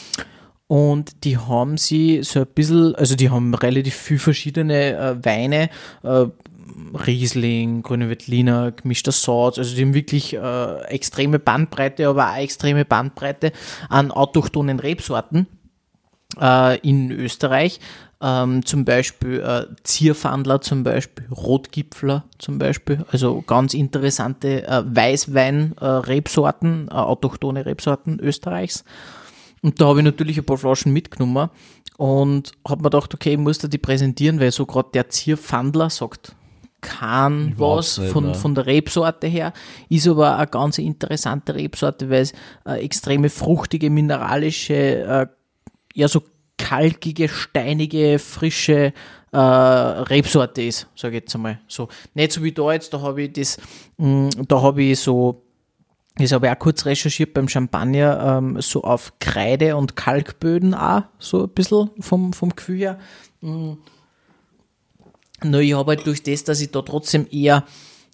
Und die haben sie so ein bisschen, also die haben relativ viel verschiedene äh, Weine, äh, Riesling, Grüne Veltliner, gemischter Satz, also die haben wirklich äh, extreme Bandbreite, aber auch extreme Bandbreite an autochthonen Rebsorten äh, in Österreich. Ähm, zum Beispiel äh, Zierfandler, zum Beispiel Rotgipfler zum Beispiel, also ganz interessante äh, Weißwein-Rebsorten, äh, autochthone Rebsorten Österreichs. Und da habe ich natürlich ein paar Flaschen mitgenommen und habe mir gedacht, okay, ich muss da die präsentieren, weil so gerade der Zierfandler sagt kein Überhaupt was nicht, von, ne? von der Rebsorte her, ist aber eine ganz interessante Rebsorte, weil es eine extreme fruchtige, mineralische, äh, ja so kalkige, steinige, frische äh, Rebsorte ist, sage ich jetzt einmal. So, nicht so wie da jetzt, da habe ich das, mh, da habe ich so, das habe ich auch kurz recherchiert beim Champagner, ähm, so auf Kreide- und Kalkböden auch, so ein bisschen vom, vom Gefühl her. Mm. Nur ich habe halt durch das, dass ich da trotzdem eher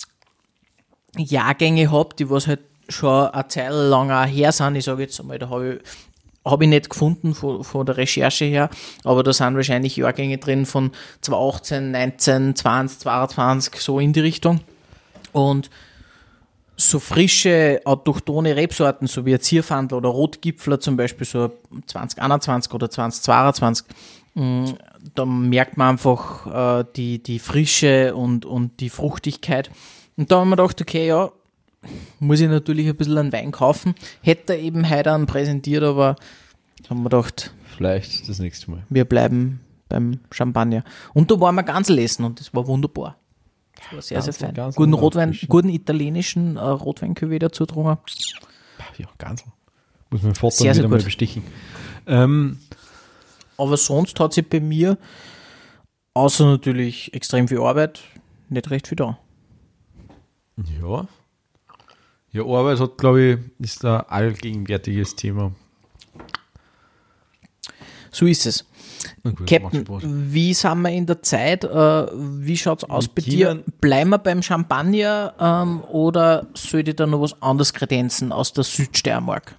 Jahrgänge habe, die was halt schon eine Zeit lang auch her sind. Ich sage jetzt einmal, da habe ich, hab ich nicht gefunden von, von der Recherche her, aber da sind wahrscheinlich Jahrgänge drin von zweitausendachtzehn, neunzehn, zwanzig, zweiundzwanzig, so in die Richtung. Und so frische, autochthone Rebsorten, so wie ein Zierfandel oder Rotgipfler zum Beispiel, so zwanzig einundzwanzig oder zwanzig zweiundzwanzig, mh, da merkt man einfach äh, die, die Frische und, und die Fruchtigkeit. Und da haben wir gedacht, okay, ja, muss ich natürlich ein bisschen einen Wein kaufen. Hätte er eben heute einen präsentiert, aber haben wir gedacht, vielleicht das nächste Mal. wir bleiben beim Champagner. Und da waren wir ganz lesen und das war wunderbar. Das war sehr, Ganz- sehr fein. ganz Guten und Rotwein, auffrischend. guten italienischen äh, Rotweinkühe dazu getrunken. Ja, ganz. Muss mein Vater Sehr, sehr wieder mal gut. bestichen. Ähm, Aber sonst hat sich bei mir, außer natürlich extrem viel Arbeit, nicht recht viel da. ja. Ja, Arbeit hat, glaube ich, ist ein allgegenwärtiges Thema. So ist es. Na gut, Captain, macht Spaß. wie sind wir in der Zeit? Äh, wie schaut es aus Wir bei dir? können- Bleiben wir beim Champagner ähm, oder sollte da noch was anderes kredenzen aus der Südsteiermark?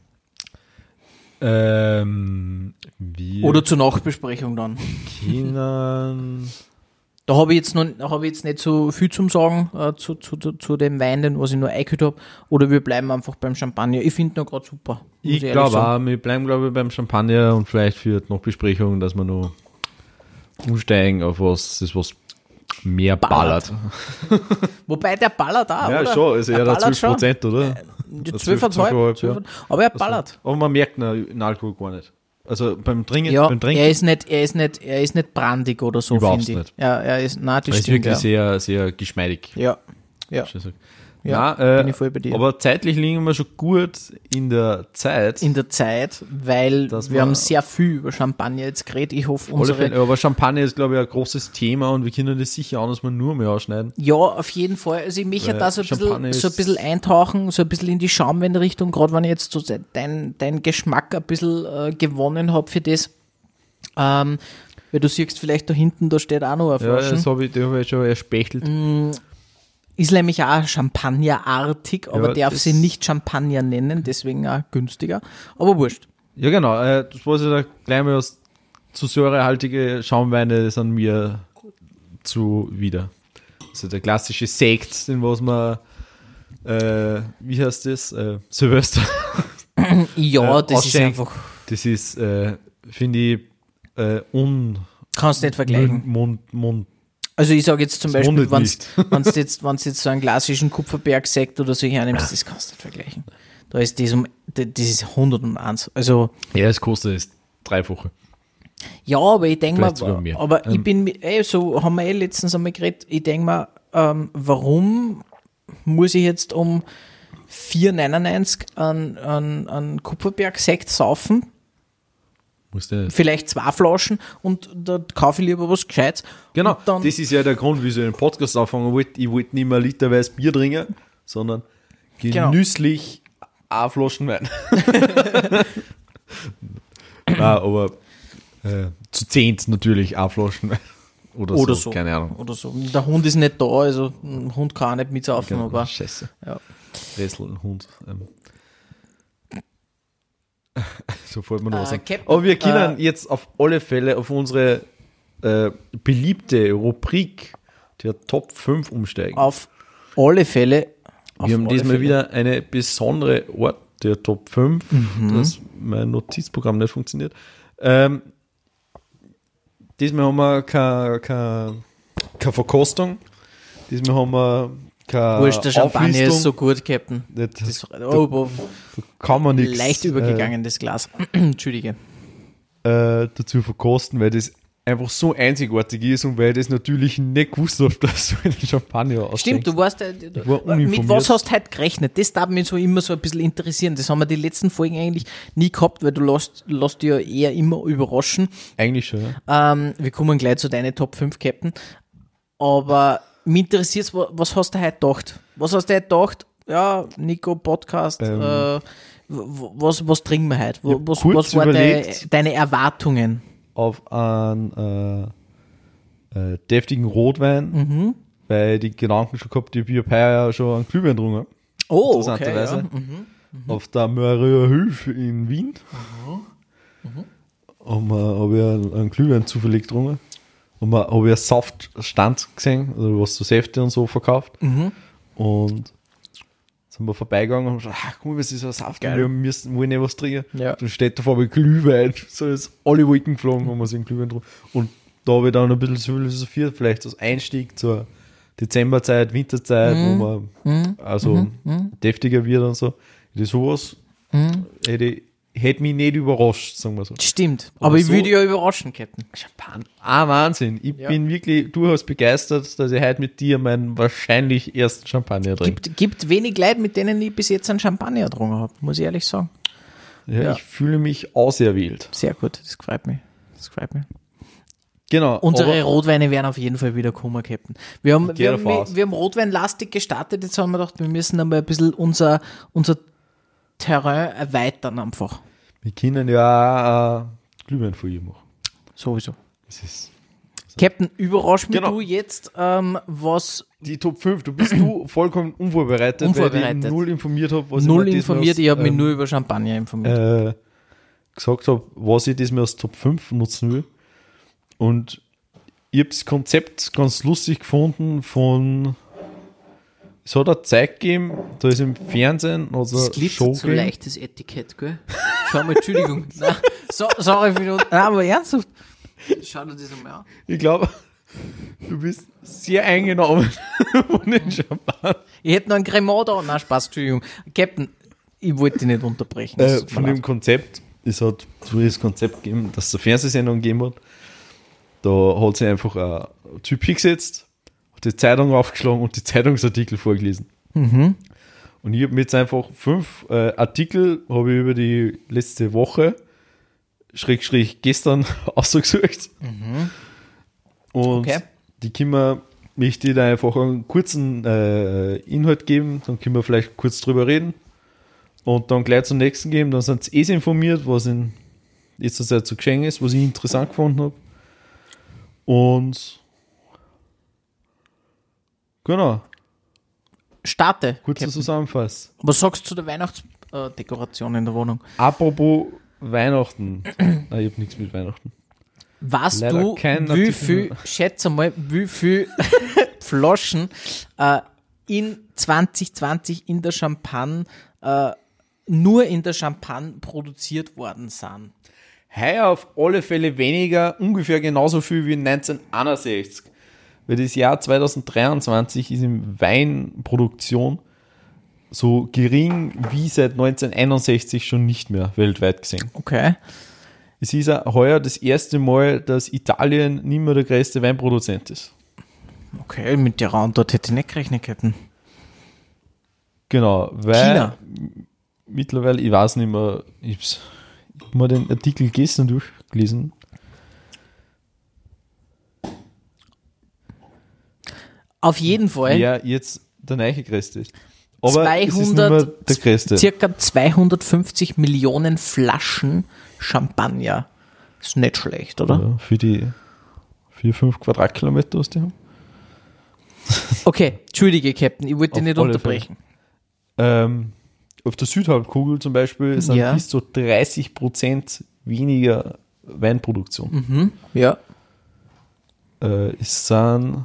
Ähm, wir Oder zur Nachbesprechung dann? können... Da habe ich jetzt noch, da habe ich jetzt nicht so viel zum Sagen äh, zu, zu, zu, zu dem Wein, den was ich nur eingekühlt habe. Oder wir bleiben einfach beim Champagner. Ich finde ihn gerade super. muss Ich ehrlich glaube sagen. auch, wir bleiben, glaube ich, beim Champagner und vielleicht für die Nachbesprechung, dass wir noch umsteigen auf was, das was mehr ballert. Ballert. Wobei der ballert auch, Ja, oder? schon, also Er eher da ballert zwölf Prozent, oder? Die Oder zwölf Komma zwölf, fünf, zwölf, ja. aber er ballert. Aber man merkt ihn in Alkohol gar nicht. Also beim Trinken, Ja, beim Trinken er ist nicht, er ist nicht, er ist nicht brandig oder so, Überhaupt finde ich. nicht. Ja, er ist, nein, das er ist stimmt, wirklich ja. sehr, sehr geschmeidig. Ja, ja. Ja, Nein, äh, bin ich voll bei dir. Aber zeitlich liegen wir schon gut in der Zeit. In der Zeit, weil Dass wir wir- haben sehr viel über Champagner jetzt geredet. Ich hoffe, Auf alle unsere... Fälle, aber Champagner ist, glaube ich, ein großes Thema und wir können das sicher anders mal nur mehr ausschneiden. Ja, auf jeden Fall. Also ich möchte Weil da so ein, Champagner bisschen, so ein ist- bisschen eintauchen, so ein bisschen in die Schaumweinrichtung, gerade wenn ich jetzt so dein, dein Geschmack ein bisschen äh, gewonnen habe für das. Ähm, weil du siehst vielleicht da hinten, da steht auch noch eine Ja, Flasche. das habe ich, das hab ich schon erspächtelt. Ist nämlich auch Champagnerartig, aber Ja, darf das- sie nicht Champagner nennen, deswegen auch günstiger. Aber wurscht. Ja, genau. Äh, das war ja gleich mal was zu säurehaltige Schaumweine sind mir zu wieder. Also der klassische Sekt, den was man, äh, wie heißt das? Äh, Silvester. Ja, Äh, das ist ausschenken. einfach, Das ist, äh, finde ich, äh, un... kannst nicht vergleichen. Mund, Mund, Also ich sage jetzt zum Das Beispiel, wundert wenn du jetzt, wenn's jetzt so einen klassischen Kupferberg-Sekt oder so hernimmst, das kannst du nicht vergleichen. Da ist das um, das ist hunderteins. Also, ja, es kostet jetzt dreifache. ja, aber ich denke Vielleicht sogar mal, mehr. aber ich Ähm. bin, mi- ey, so haben wir eh letztens einmal geredet, ich denke mal, ähm, warum muss ich jetzt um vier neunundneunzig einen, einen, einen Kupferberg-Sekt saufen? Musst du Vielleicht zwei Flaschen und da kaufe ich lieber was Gescheites. Genau, Und dann, das ist ja der Grund, wieso ich den Podcast anfangen wollte. Ich wollte nicht mehr literweise Bier trinken, sondern Genau. genüsslich eine Flaschen Wein. Nein, aber äh, zu zehnt natürlich eine Flaschen Wein. Oder, Oder so, so. keine Ahnung. Oder so. Der Hund ist nicht da, also ein Hund kann auch nicht mitsaufen, Genau, aber Scheiße. ja. Ressel, ein Hund. Ähm. So fällt mir noch was Äh, ein. Captain, Aber wir können äh, jetzt auf alle Fälle auf unsere äh, beliebte Rubrik der Top fünf umsteigen. Auf alle Fälle. auf Wir haben alle diesmal Fälle. wieder eine besondere Ort der Top fünf, Mhm. dass mein Notizprogramm nicht funktioniert. Ähm, diesmal haben wir keine, keine, keine Verkostung. Diesmal haben wir keine Wurscht, der Champagner Auflistung. ist so gut, Captain. Das, Das oh, oh, kann man nichts leicht übergegangen, das Glas. Entschuldige. äh, äh, dazu verkosten, weil das einfach so einzigartig ist und weil ich das natürlich nicht gewusst habe, dass so ein Champagner aussieht. Stimmt, du warst, äh, du, war uninformiert. mit was hast du heute gerechnet? Das darf mich so immer so ein bisschen interessieren. Das haben wir die letzten Folgen eigentlich nie gehabt, weil du lässt, lässt dich ja eher immer überraschen. Eigentlich schon, ja. Ähm, wir kommen gleich zu deinen Top fünf, Captain. Aber mich interessiert, was hast du heute gedacht? Was hast du heute gedacht? Ja, Nico, Podcast, Ähm. äh, w- was, was trinken wir heute? Wo- Ich hab Was, kurz was waren deine, überlegt. deine Erwartungen? Auf einen äh, äh, deftigen Rotwein, Mhm. weil die Gedanken schon gehabt, ich habe heuer ja schon einen Glühwein getrunken. Oh, Interessanterweise. okay, ja. mhm. Auf der Maria Höfe in Wien. Und habe ich einen, einen Glühwein zufällig getrunken. Und man habe ich einen Saftstand gesehen, also was so Säfte und so verkauft. Mhm. Und sind wir vorbeigegangen und haben gesagt, ach, guck mal, was ist ein Saft? Geil. Und wir müssen, wollen nicht was trinken. Ja. Dann steht da vor mir Glühwein. So ist alle Wolken geflogen, haben wir so einen Glühwein getrunken. Und da habe ich dann ein bisschen philosophiert, vielleicht als Einstieg zur Dezemberzeit, Winterzeit, Mhm. wo man also deftiger wird und so. Das sowas Mhm. hätte, hätte mich nicht überrascht, sagen wir so. Stimmt. Aber Aber ich so- würde ja überraschen, Captain. Japan. Ah, Wahnsinn. Ich Ja. bin wirklich durchaus begeistert, dass ich heute mit dir meinen wahrscheinlich ersten Champagner trinke. Gibt, gibt wenig Leute, mit denen ich bis jetzt einen Champagner getrunken habe, muss ich ehrlich sagen. Ja, Ja. Ich fühle mich auserwählt. Sehr gut, das freut mich. Das freut mich. Genau. Unsere aber- Rotweine werden auf jeden Fall wieder kommen, Captain. Wir haben, gehe wir haben, davon aus. wir haben Rotweinlastig gestartet, jetzt haben wir gedacht, wir müssen einmal ein bisschen unser, unser Terrain erweitern einfach. Wir können ja auch äh, Glühwein von ihr machen. Sowieso. Das ist Captain, überrasch mich Genau. du jetzt, ähm, was die Top fünf. Du bist du vollkommen unvorbereitet, weil Unvorbereitet. ich null informiert habe, was null ich mir diesmal informiert, aus, ich habe mich ähm, nur über Champagner informiert. äh, gesagt habe, was ich diesmal als Top fünf nutzen will. Und ich habe das Konzept ganz lustig gefunden von, es hat eine Zeit gegeben, da ist im Fernsehen also Das eine glitzert Show so gegeben. leicht, das Etikett, gell? Schau mal, Entschuldigung. Nein, so, sorry für den, nein, aber ernsthaft. Schau dir das einmal an. Ich glaube, du bist sehr eingenommen von den Champagner. Ich hätte noch einen Cremant da. Nein, Spaß, Entschuldigung. Captain, ich wollte dich nicht unterbrechen. Äh, Das tut mir von dem leid. Konzept. es hat so das Konzept gegeben, dass es eine Fernsehsendung gegeben hat. Da hat sich einfach ein Typ hingesetzt, hat die Zeitung aufgeschlagen und die Zeitungsartikel vorgelesen. Mhm. Und ich habe mir jetzt einfach fünf äh, Artikel habe ich über die letzte Woche, Schrägstrich gestern, ausgesucht. Mhm. Und Okay. die können wir, ich dir da einfach einen kurzen äh, Inhalt geben, dann können wir vielleicht kurz drüber reden und dann gleich zum nächsten geben, dann sind sie eh informiert, was in letzter Zeit so geschehen ist, was ich interessant gefunden habe. Und genau, Starte. kurze Captain. Zusammenfass. Was sagst du zu der Weihnachtsdekoration in der Wohnung? Apropos Weihnachten. Nein, ich habe nichts mit Weihnachten. Weißt Leider du, kein wie Artikel. viel, schätze mal, wie viel Flaschen äh, in zwanzig zwanzig in der Champagne, äh, nur in der Champagne produziert worden sind? Heuer auf alle Fälle weniger, ungefähr genauso viel wie neunzehnhunderteinundsechzig. Weil das Jahr zweitausenddreiundzwanzig ist in Weinproduktion so gering wie seit neunzehnhunderteinundsechzig schon nicht mehr weltweit gesehen. Okay. Es ist auch heuer das erste Mal, dass Italien nicht mehr der größte Weinproduzent ist. Okay, mit der Antwort hätte ich nicht gerechnet hätten. Genau, weil China. mittlerweile, ich weiß nicht mehr, ich hab's- ich habe mal den Artikel gestern durchgelesen. Auf jeden Fall Wer jetzt der neue Größte ist. Aber es ist nicht mehr zweihundert, der Größte. circa zweihundertfünfzig Millionen Flaschen Champagner. Ist nicht schlecht, oder? Ja, für die vier, fünf Quadratkilometer aus dem. Okay, entschuldige, Captain, ich wollte dich Auf nicht alle unterbrechen. Ähm, auf der Südhalbkugel zum Beispiel sind Ja. bis zu dreißig Prozent weniger Weinproduktion. Mhm, ja. Äh, es sind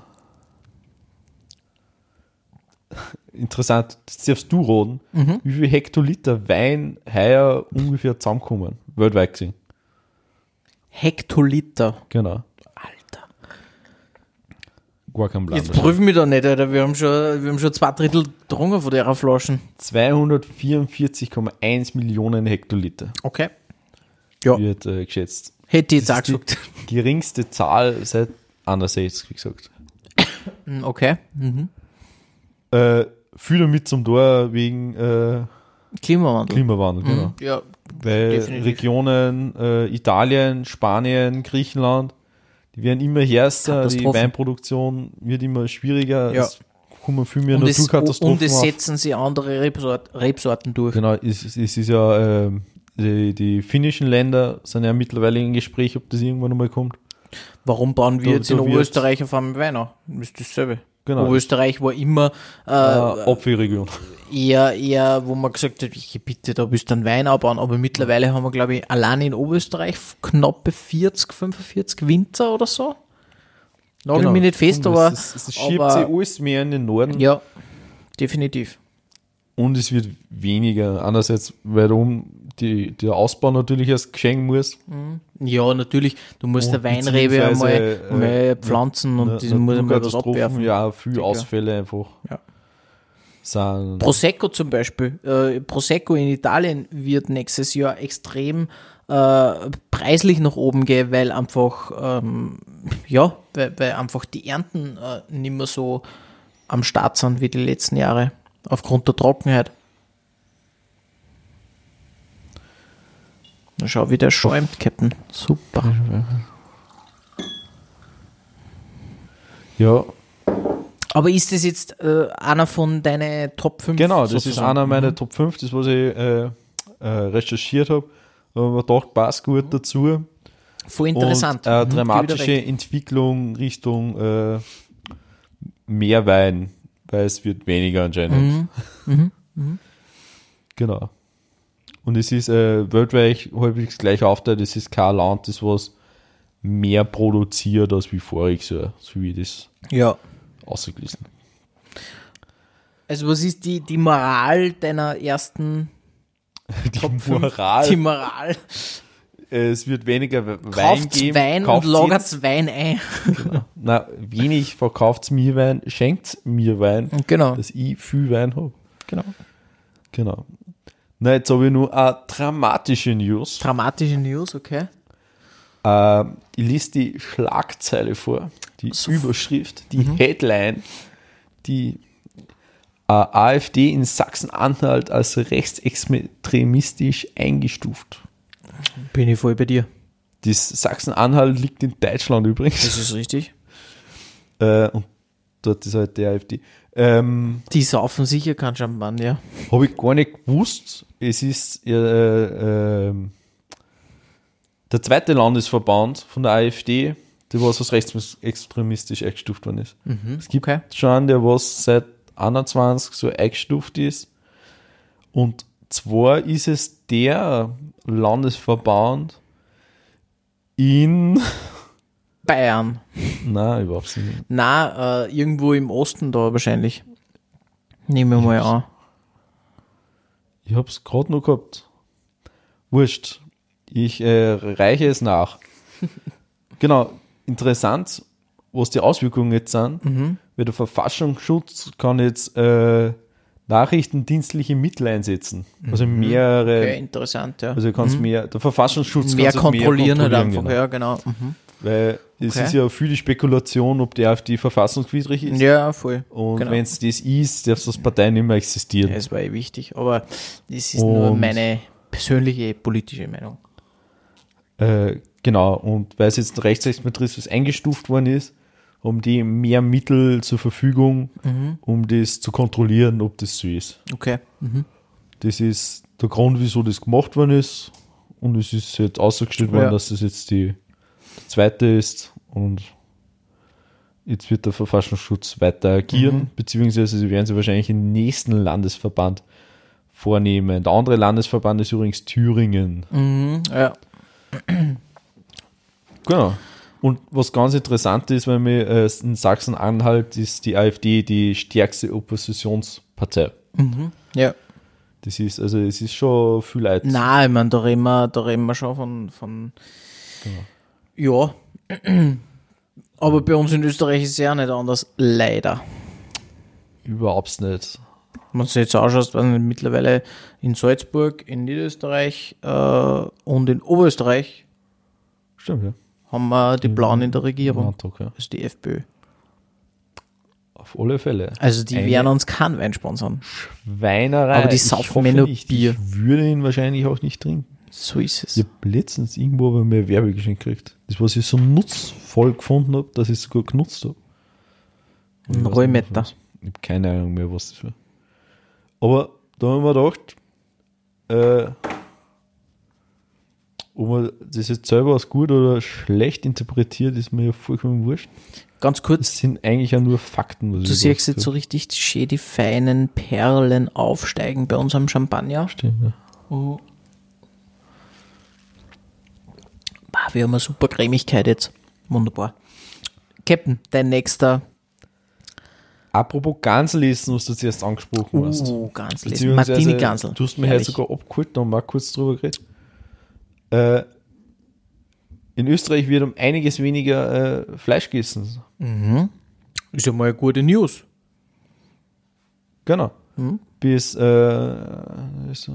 interessant, das darfst du raten, Mhm. wie viel Hektoliter Wein heuer ungefähr zusammenkommen, weltweit gesehen. Hektoliter. Genau. Alter. Gar kein Plan. Jetzt prüfen wir da nicht, Alter. Wir haben schon, wir haben schon zwei Drittel getrunken von der Flaschen. zweihundertvierundvierzig Komma eins Millionen Hektoliter Okay. Ja. wird äh, geschätzt. Hätte ich jetzt auch Das ist gesagt. die geringste Zahl seit einundsechzig, wie gesagt. Hm, Okay. Mhm. Äh, viel damit zum Tor wegen äh, Klimawandel. Klimawandel, genau. Mhm. Ja. Weil Definitiv. Regionen, äh, Italien, Spanien, Griechenland, die werden immer härter, die Katastrophen. Weinproduktion wird immer schwieriger, Ja. es kommen viel mehr Und es, Naturkatastrophen und es auf. setzen sie andere Rebsort, Rebsorten durch. Genau, es, es ist ja, ähm, die, die finnischen Länder sind ja mittlerweile im Gespräch, ob das irgendwann einmal kommt. Warum bauen wir Da- jetzt in da wird- Oberösterreich auf einmal Wein an? Das ist dasselbe. Genau. Oberösterreich war immer Äh, äh, Apfelregion. eher, eher, wo man gesagt hat, ich bitte, da willst du einen Wein anbauen, aber mittlerweile haben wir, glaube ich, allein in Oberösterreich knappe vierzig, fünfundvierzig Winzer oder so. Nagel Genau. mich nicht fest, Und aber, es, es, es schiebt aber sich alles mehr in den Norden ja, definitiv. und es wird weniger. Einerseits, weil darum die, der Ausbau natürlich erst geschehen muss. Ja, natürlich, du musst Und eine Weinrebe einmal, beziehungsweise, einmal äh, pflanzen und Na- die muss einmal was Naturkatastrophen, abwerfen. Ja, viel Sicher. Ausfälle einfach Ja. sind. Prosecco zum Beispiel. Äh, Prosecco in Italien wird nächstes Jahr extrem äh, preislich nach oben gehen, weil einfach, ähm, ja, weil, weil einfach die Ernten äh, nicht mehr so am Start sind wie die letzten Jahre, aufgrund der Trockenheit. Na schau, wie der schäumt, Captain. Super. Ja, Aber ist das jetzt äh, einer von deinen Top fünf? genau, das ist sozusagen? einer meiner Top fünf, das was ich äh, äh, recherchiert habe. Da haben wir gedacht, passt gut dazu. Voll interessant. Und äh, Mhm, geh wieder dramatische recht. Entwicklung Richtung äh, mehr Wein, weil es wird weniger anscheinend. Mhm. Genau. Und es ist äh, weltweit halbwegs gleich aufteilt, es ist kein Land, das was mehr produziert als wie voriges Jahr, so wie ich das Ja. ausgelesen. Also was ist die, die Moral deiner ersten Die Top fünf? Moral, Die Moral. es wird weniger We- Wein Kauft geben. Wein und kauft's lagert Wein ein. ihn. Na, wenig verkauft mir Wein, schenkt mir Wein, Genau, dass ich viel Wein habe. genau. Genau. Na, jetzt habe ich nur eine dramatische News. Dramatische News, okay. Äh, ich lese die Schlagzeile vor, die So. Überschrift, die Mhm. Headline, die äh, AfD in Sachsen-Anhalt als rechtsextremistisch eingestuft. Bin ich voll bei dir. Das Sachsen-Anhalt liegt in Deutschland übrigens. Das ist richtig. Äh, und dort ist halt die AfD. Ähm, Die saufen sicher kein Champagner. Habe ich gar nicht gewusst. Es ist äh, äh, der zweite Landesverband von der AfD, der was als rechtsextremistisch eingestuft worden ist. Mhm. Es gibt Okay. schon einen, der was seit einundzwanzig so eingestuft ist. Und zwar ist es der Landesverband in... Bayern. Nein, überhaupt nicht. Na, äh, irgendwo im Osten da wahrscheinlich. Nehmen wir mal an. Ich habe es gerade noch gehabt. Wurscht. Ich äh, reiche es nach. Genau, interessant, was die Auswirkungen jetzt sind. Mhm. Weil der Verfassungsschutz kann jetzt äh, nachrichtendienstliche Mittel einsetzen. Also mehrere, Okay, interessant, ja. also du kannst mehr, der Verfassungsschutz mehr kann es kontrollieren halt einfach, genau. ja, genau. Mhm. Weil es Okay. ist ja viel die Spekulation, ob die AfD verfassungswidrig ist. Ja, voll. Und genau. wenn es das ist, darf das Partei nicht mehr existieren. Das war eh wichtig, aber das ist nur Und- meine persönliche politische Meinung. Äh, genau, und weil es jetzt Rechtsextremismus eingestuft worden ist, haben die mehr Mittel zur Verfügung, Mhm. um das zu kontrollieren, ob das so ist. Okay. Mhm. Das ist der Grund, wieso das gemacht worden ist. Und es ist jetzt ausgestellt worden, Ja. dass das jetzt die, die zweite ist. Und jetzt wird der Verfassungsschutz weiter agieren, Mhm. beziehungsweise sie werden sie wahrscheinlich im nächsten Landesverband vornehmen. Der andere Landesverband ist übrigens Thüringen. Mhm. Ja. Genau. Und was ganz interessant ist, weil wir äh, in Sachsen-Anhalt ist die AfD die stärkste Oppositionspartei. Mhm. Ja. Das ist, also es ist schon viel Leid. Nein, ich meine, da reden wir, da reden wir schon von, von ja. Aber bei uns in Österreich ist es ja nicht anders, leider. Überhaupt nicht. Wenn du jetzt anschaust, was mittlerweile in Salzburg, in Niederösterreich äh, und in Oberösterreich Stimmt, ja. haben wir die Blauen in der Regierung, Landtag, ja. also die FPÖ. Auf alle Fälle. Also die Eine werden uns keinen Wein sponsern. Weinerei. Aber die Ich saufen hoffe mir nur nicht. Bier. Ich würde ihn wahrscheinlich auch nicht trinken. So ist es. Ich habe letztens irgendwo aber mehr Werbegeschenk gekriegt. Das, was ich so nutzvoll gefunden habe, dass ich es sogar genutzt habe. Ein Ich weiß nicht, Rollmeter. was. Ich habe keine Ahnung mehr, was das war. Aber da haben wir gedacht, äh, ob man das jetzt selber als gut oder schlecht interpretiert, ist mir ja vollkommen wurscht. Ganz kurz, Das sind eigentlich ja nur Fakten. Was du ich siehst gesagt jetzt so richtig schön die feinen Perlen aufsteigen bei unserem Champagner. habe. Stimmt, ja. Oh. Bah, wir haben eine super Cremigkeit jetzt. Wunderbar. Captain, dein nächster. Apropos Ganslisten, was du zuerst angesprochen hast. Uh, Gansel. Beziehungsweise, Martini Gansel. Du hast mir heute Herrlich. sogar abgeholt, da haben wir auch kurz drüber geredet. Äh, in Österreich wird um einiges weniger äh, Fleisch gegessen. Mhm. Ist ja mal eine gute News. Genau. Mhm. Bis äh, ist, äh,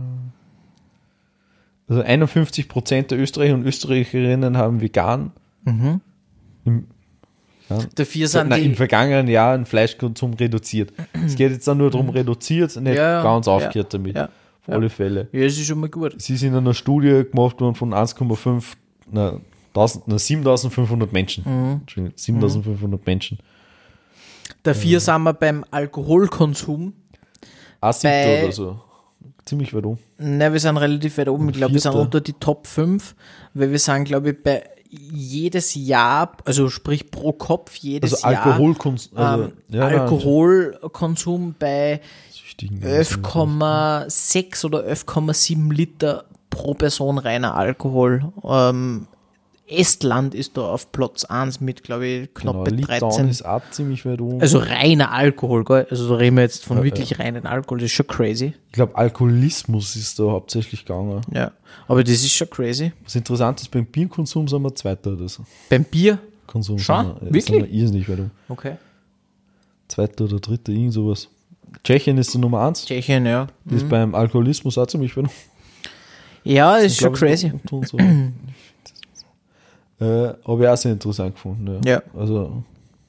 also einundfünfzig Prozent der Österreicher und Österreicherinnen haben vegan Mhm. im, ja, Dafür sind nein, im die. vergangenen Jahr den Fleischkonsum reduziert. Es geht jetzt dann nur darum, reduziert, nicht Ja, ja, ganz ja, aufgehört damit. ja, Auf ja. alle Fälle. Ja, es ist schon mal gut. Es ist in einer Studie gemacht worden von eins Komma fünf, na, tausend, na, siebentausendfünfhundert Menschen. Mhm. Entschuldigung, siebentausendfünfhundert Menschen. Dafür sind wir beim Alkoholkonsum. Ein Siebter Bei- oder so. Ziemlich weit um. Ne, wir sind relativ weit oben. Ich glaube, wir sind Vierter. unter die Top fünf, weil wir sind, glaube ich, bei jedes Jahr, also sprich pro Kopf jedes Also Jahr Alkoholkonsum. Also, ähm, ja, nein, Alkoholkonsum bei süchtigen elf Komma sechs oder elf Komma sieben Liter pro Person reiner Alkohol. Ähm, Estland ist da auf Platz eins mit, glaube ich, knapp Genau, bei Litauen dreizehn. ist auch ziemlich weit oben. Also reiner Alkohol, gell? Also da reden wir jetzt von Ja, wirklich reinen Alkohol, das ist schon crazy. ich glaube, Alkoholismus ist da hauptsächlich gegangen. Ja, aber das ist schon crazy. Was interessant ist, beim Bierkonsum sind wir Zweiter oder so. Beim Bier, Konsum Schon? sind wir, ja, Wirklich? Sind wir irrsinnig weit oben. okay. Zweiter oder Dritter, irgend sowas. Tschechien ist die Nummer eins. Tschechien, ja. Das ist beim Alkoholismus auch ziemlich viel. Ja, ist schon Glaub ich, crazy. und so. äh, Habe ich auch sehr interessant gefunden. Ja. Ja. Also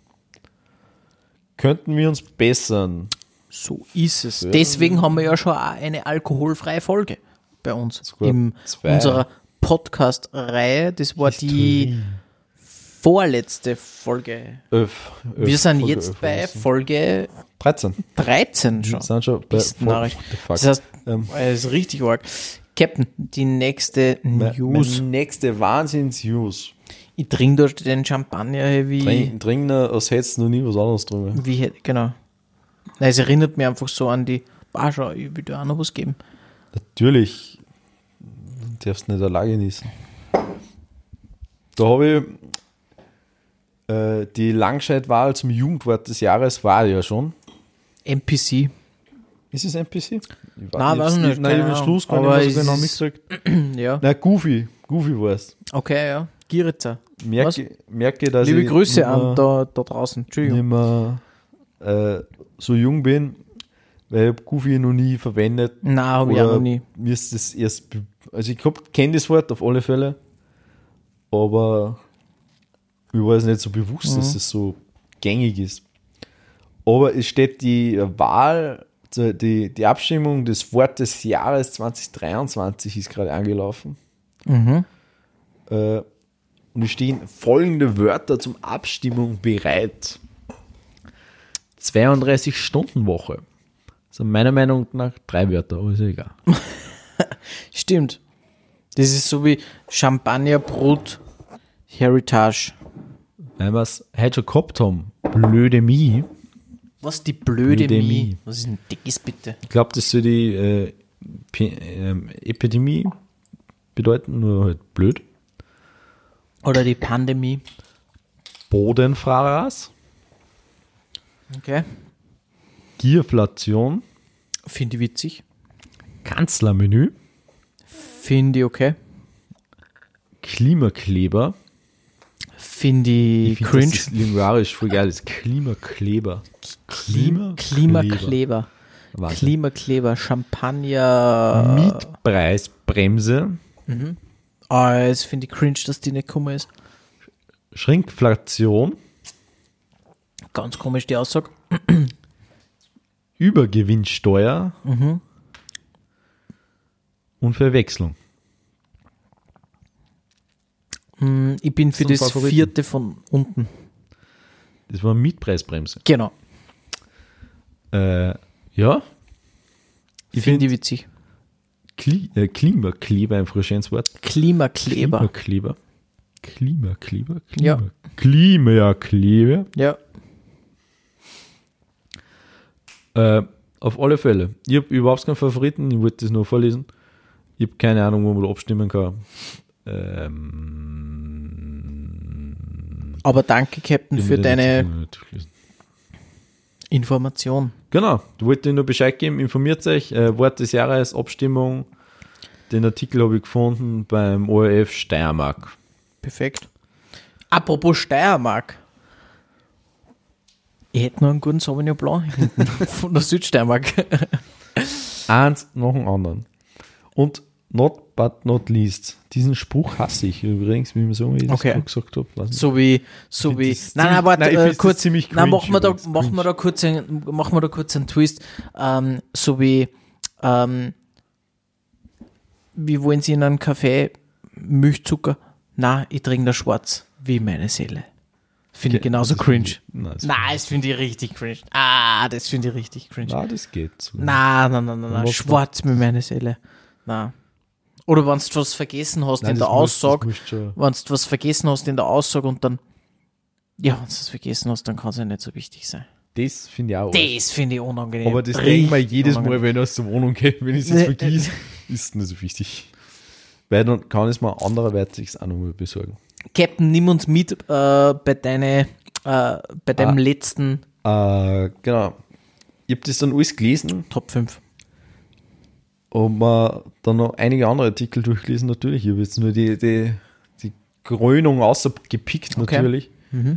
könnten wir uns bessern. So ist es. Ja. Deswegen haben wir ja schon auch eine alkoholfreie Folge bei uns Sogar in zwei. unserer Podcast-Reihe. Das war die vorletzte Folge. Öff, öff, Wir sind Folge jetzt öff, bei was? Folge dreizehn. dreizehn Wir schon. sind schon bei Bist narrisch. the fuck. Das heißt, Ähm, es ist richtig arg. Captain, die nächste News. Meine nächste Wahnsinns-News. Ich trinke da den Champagner wie, Trink, trink als hättest du noch nie was anderes drüber. wie hätte- genau. Nein, es erinnert mich einfach so an die, ah, schau, ich will dir auch noch was geben. Natürlich du darfst nicht alleine genießen. Da habe ich äh, die Langscheid-Wahl zum Jugendwort des Jahres war ja schon. N P C. Ist es N P C? Ich Nein, weiß ich nicht, Nein, keine ich habe den Ahnung. Schluss gar nicht Aber mehr so es genau ist- mitgekriegt. Ja. Nein, Goofy. Goofy war es. Okay, ja. Giritzer. Merke, merke, dass Liebe ich Grüße nicht mehr- an da, da draußen. Entschuldigung. nicht mehr äh, so jung bin, weil ich hab Goofy noch nie verwendet. Nein, habe ich auch Oder noch nie. Mir ist das erst, be- also ich kenne das Wort auf alle Fälle, aber mir war es nicht so bewusst, Mhm. dass es so gängig ist. Aber es steht die Wahl, die, die Abstimmung des Wort des Jahres zwanzig dreiundzwanzig ist gerade angelaufen. Mhm. Äh, und es stehen folgende Wörter zum Abstimmung bereit. zweiunddreißig-Stunden-Woche. Also meiner Meinung nach drei Wörter, aber ist ja egal. Stimmt. Das ist so wie Champagner, Brot, Heritage. Weil wir es heute schon gehabt haben, Blödemie. Was die blöde Blödemie. Mie? Was ist denn das bitte? Ich glaube, das soll die äh, P- ähm, Epidemie bedeuten, nur halt blöd. Oder die Pandemie. Bodenfraß, Okay. Gierflation, Finde ich witzig. Kanzlermenü, Finde ich okay. Klimakleber. Finde ich, find, cringe. Das ist lingvarisch voll geil, das Klimakleber. Klim- Klimakleber. Wahnsinn. Klimakleber. Champagner. Mietpreisbremse, Ah, das finde ich cringe, dass die nicht gekommen ist. Schrinkflation, Ganz komisch die Aussage. Übergewinnsteuer und Verwechslung. Hm, Ich bin für Zum das Favoriten. vierte von unten. Das war Mietpreisbremse. Genau. Äh, ja. Ich Finde ich finde witzig. Kli äh, Klimakleber ein schönes Wort. Klimakleber. Klimakleber. Klimakleber. Ja. Klima Klimakleber. Ja. Äh, auf alle Fälle. Ich habe überhaupt keinen Favoriten. Ich wollte das nur vorlesen. Ich habe keine Ahnung, wo man da abstimmen kann. Ähm, Aber danke, Captain, ich hab für mir den deine Artikel nicht durchgelesen. Information. Genau, du wolltest nur Bescheid geben, informiert euch, äh, Wort des Jahres, Abstimmung. Den Artikel habe ich gefunden beim O R F Steiermark. Perfekt. Apropos Steiermark. Ich hätte noch einen guten Sauvignon Blanc hinten von der Südsteiermark. Eins nach dem anderen. Und not but not least, diesen Spruch hasse ich übrigens, wie man so wie ich das Okay. gerade gesagt habe. Weiß nicht. So wie, so Ich wie. find das Nein, ziemlich- nein, warte, nein, ich äh, find das kurz. ziemlich Nein, cringe machen wir da, übrigens, machen wir da kurz einen, machen wir da kurz einen Twist. Ähm, so wie, ähm, wie wollen Sie in einem Kaffee Milchzucker? Na, ich trinke da schwarz, wie meine Seele. Finde ich Okay, genauso das cringe. find ich- Nein, das Nein, das finde ich richtig cringe. Ah, das finde ich richtig cringe. Nein, das geht. So. Nein, nein, nein, nein, nein. Was Schwarz mit meiner Seele. Nein. Oder wenn du was vergessen hast Nein, in der das muss- das Aussage, musst schon- wenn du was vergessen hast in der Aussage und dann, ja, wenn du das vergessen hast, dann kann es ja nicht so wichtig sein. Das finde ich auch. Das finde ich unangenehm. Aber das Richtig denke ich mir jedes Mal, unangenehm. wenn ich aus der Wohnung gehe, wenn ich es jetzt vergieße, ist nicht so wichtig. Weil dann kann ich es mir anderweitig auch noch mal besorgen. Captain, nimm uns mit äh, bei, deine, äh, bei deinem Ah. letzten Äh, genau. Ich habe das dann alles gelesen Top fünf. und mir dann noch einige andere Artikel durchgelesen, natürlich. Ich habe jetzt nur die, die, die Krönung außergepickt, Okay. natürlich.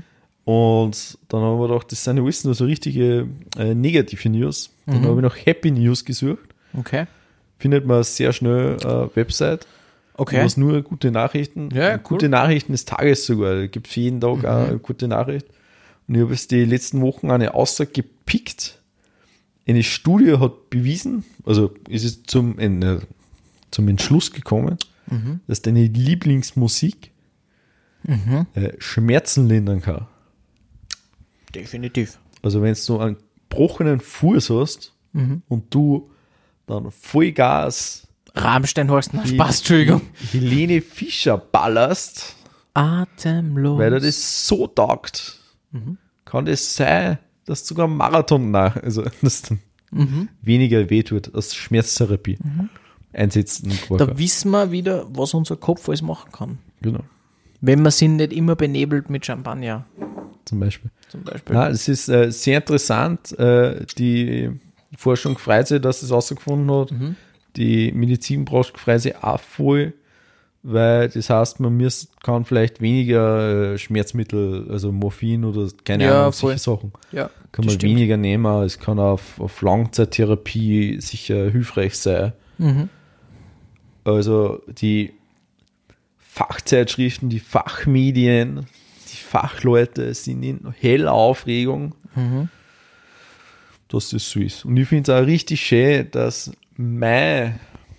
Und dann haben wir gedacht, das sind ja alles nur so richtige äh, negative News. Dann Mhm. habe ich noch Happy News gesucht. Okay. Findet man sehr schnell äh, Website. Okay. Wo es nur gute Nachrichten. Ja, cool. Gute Nachrichten des Tages sogar. Es gibt für jeden Tag Mhm. auch eine gute Nachricht. Und ich habe jetzt die letzten Wochen eine Aussage gepickt. Eine Studie hat bewiesen, also ist es zum, äh, zum Entschluss gekommen, Mhm. dass deine Lieblingsmusik Mhm. äh, Schmerzen lindern kann. Definitiv. Also wenn du einen gebrochenen Fuß hast Mhm. und du dann Vollgas Rammstein hörst, na die- Spaß, Entschuldigung. die Helene Fischer ballerst, Atemlos. weil dir das so taugt, Mhm. kann das sein, dass du sogar Marathon nach, also dass dann Mhm. weniger wehtut als Schmerztherapie einsetzen. Da wissen wir wieder, was unser Kopf alles machen kann. Genau, Wenn man sich nicht immer benebelt mit Champagner, zum Beispiel. zum Beispiel. Ja, es ist äh, sehr interessant. Äh, die Forschung freut sich, dass es herausgefunden hat. Mhm. Die Medizinbranche freut sich auch voll, weil das heißt, man muss, kann vielleicht weniger äh, Schmerzmittel, also Morphin oder keine Ja, Ahnung, voll. solche Sachen, Ja, kann das man stimmt. weniger nehmen. Es kann auf, auf Langzeittherapie sicher hilfreich sein. Mhm. Also die Fachzeitschriften, die Fachmedien, die Fachleute sind in heller Aufregung, Mhm. dass das so ist. Und ich finde es auch richtig schön, dass meine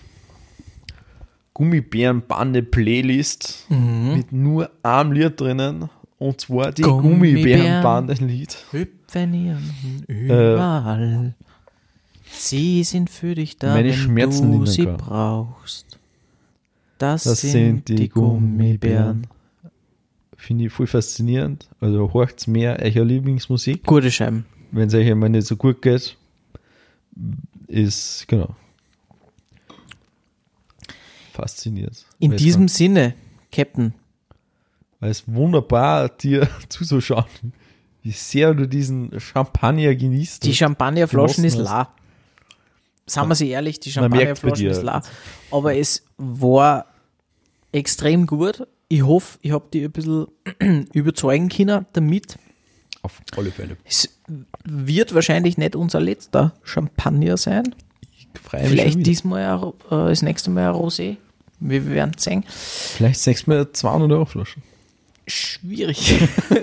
Gummibärenbande-Playlist Mhm. mit nur einem Lied drinnen, und zwar die Gummibären. Gummibärenbande-Lied. Hüpfen ihren überall. Sie sind für dich da, Meine wenn Schmerzen du lindern sie kann. brauchst. Das, Das sind die Gummibären. Finde ich voll faszinierend. Also horcht's mehr eurer Lieblingsmusik. Gute Scheiben. Wenn es euch einmal nicht so gut geht, ist, genau. Fasziniert. In Weil es diesem dann- Sinne, Captain, Weil es wunderbar, dir zuzuschauen, wie sehr du diesen Champagner genießt. die und Champagnerflaschen ist genossen hast. la. Sagen wir sie ehrlich, die Man merkt's bei Champagnerflaschen dir. ist la. Aber es war extrem gut. Ich hoffe, ich habe die ein bisschen überzeugen können damit. Auf alle Fälle. Es wird wahrscheinlich nicht unser letzter Champagner sein. Ich freue mich schon Vielleicht wieder. diesmal ein, äh, das nächste Mal ein Rosé. Wir werden es sehen. Vielleicht sechs mal zweihundert Euro Flaschen. Schwierig.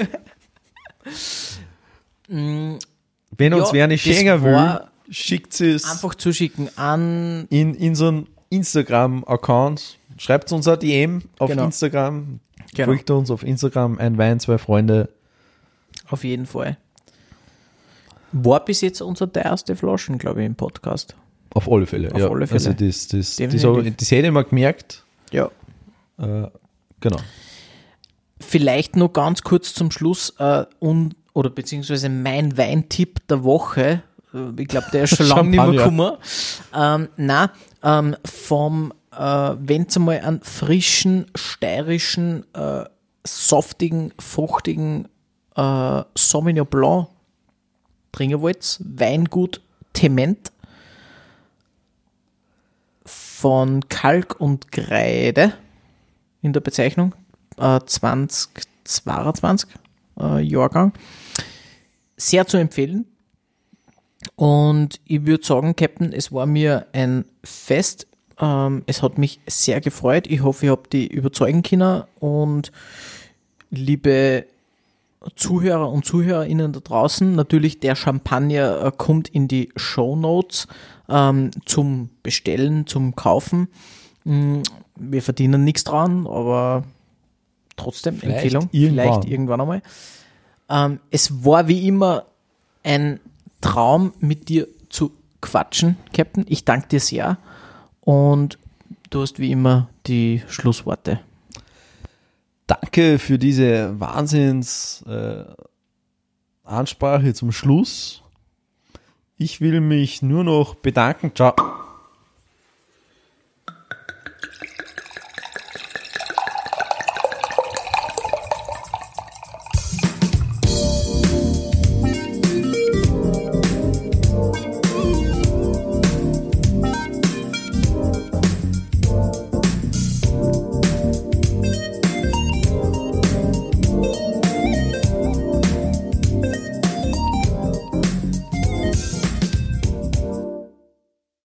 Mm, Wenn uns Ja, wer eine das schenken will, war schickt es einfach zuschicken an in, in so einen Instagram-Account. Schreibt uns eine D M auf Genau. Instagram. Genau. Folgt uns auf Instagram, ein Wein, zwei Freunde. auf jeden Fall. War bis jetzt unsere teuerste Flaschen, glaube ich, im Podcast. Auf alle Fälle. Auf ja. alle Fälle. Also das, das, das, Definitiv. hab- das hätte ich mal gemerkt. Ja. Äh, genau. Vielleicht noch ganz kurz zum Schluss äh, und, oder beziehungsweise mein Weintipp der Woche. Äh, Ich glaube, der ist schon lange nicht mehr Champagner. gekommen. Ähm, nein, ähm, vom, äh, wenn ihr mal einen frischen, steirischen, äh, saftigen, fruchtigen äh, Sauvignon Blanc trinken wollt, Weingut Tement von Kalk und Kreide in der Bezeichnung, äh, zwanzig zweiundzwanzig äh, Jahrgang. Sehr zu empfehlen. Und ich würde sagen, Captain, es war mir ein Fest. Ähm, es hat mich sehr gefreut. Ich hoffe, ich habe die überzeugen können. Und liebe Zuhörer und Zuhörerinnen da draußen, natürlich der Champagner äh, kommt in die Shownotes ähm, zum Bestellen, zum Kaufen. Mm, wir verdienen nichts dran, aber trotzdem Vielleicht Empfehlung. irgendwann. Vielleicht irgendwann einmal. Ähm, es war wie immer ein Traum, mit dir zu quatschen, Captain. Ich danke dir sehr und du hast wie immer die Schlussworte. Danke für diese Wahnsinns äh, Ansprache zum Schluss. Ich will mich nur noch bedanken. Ciao.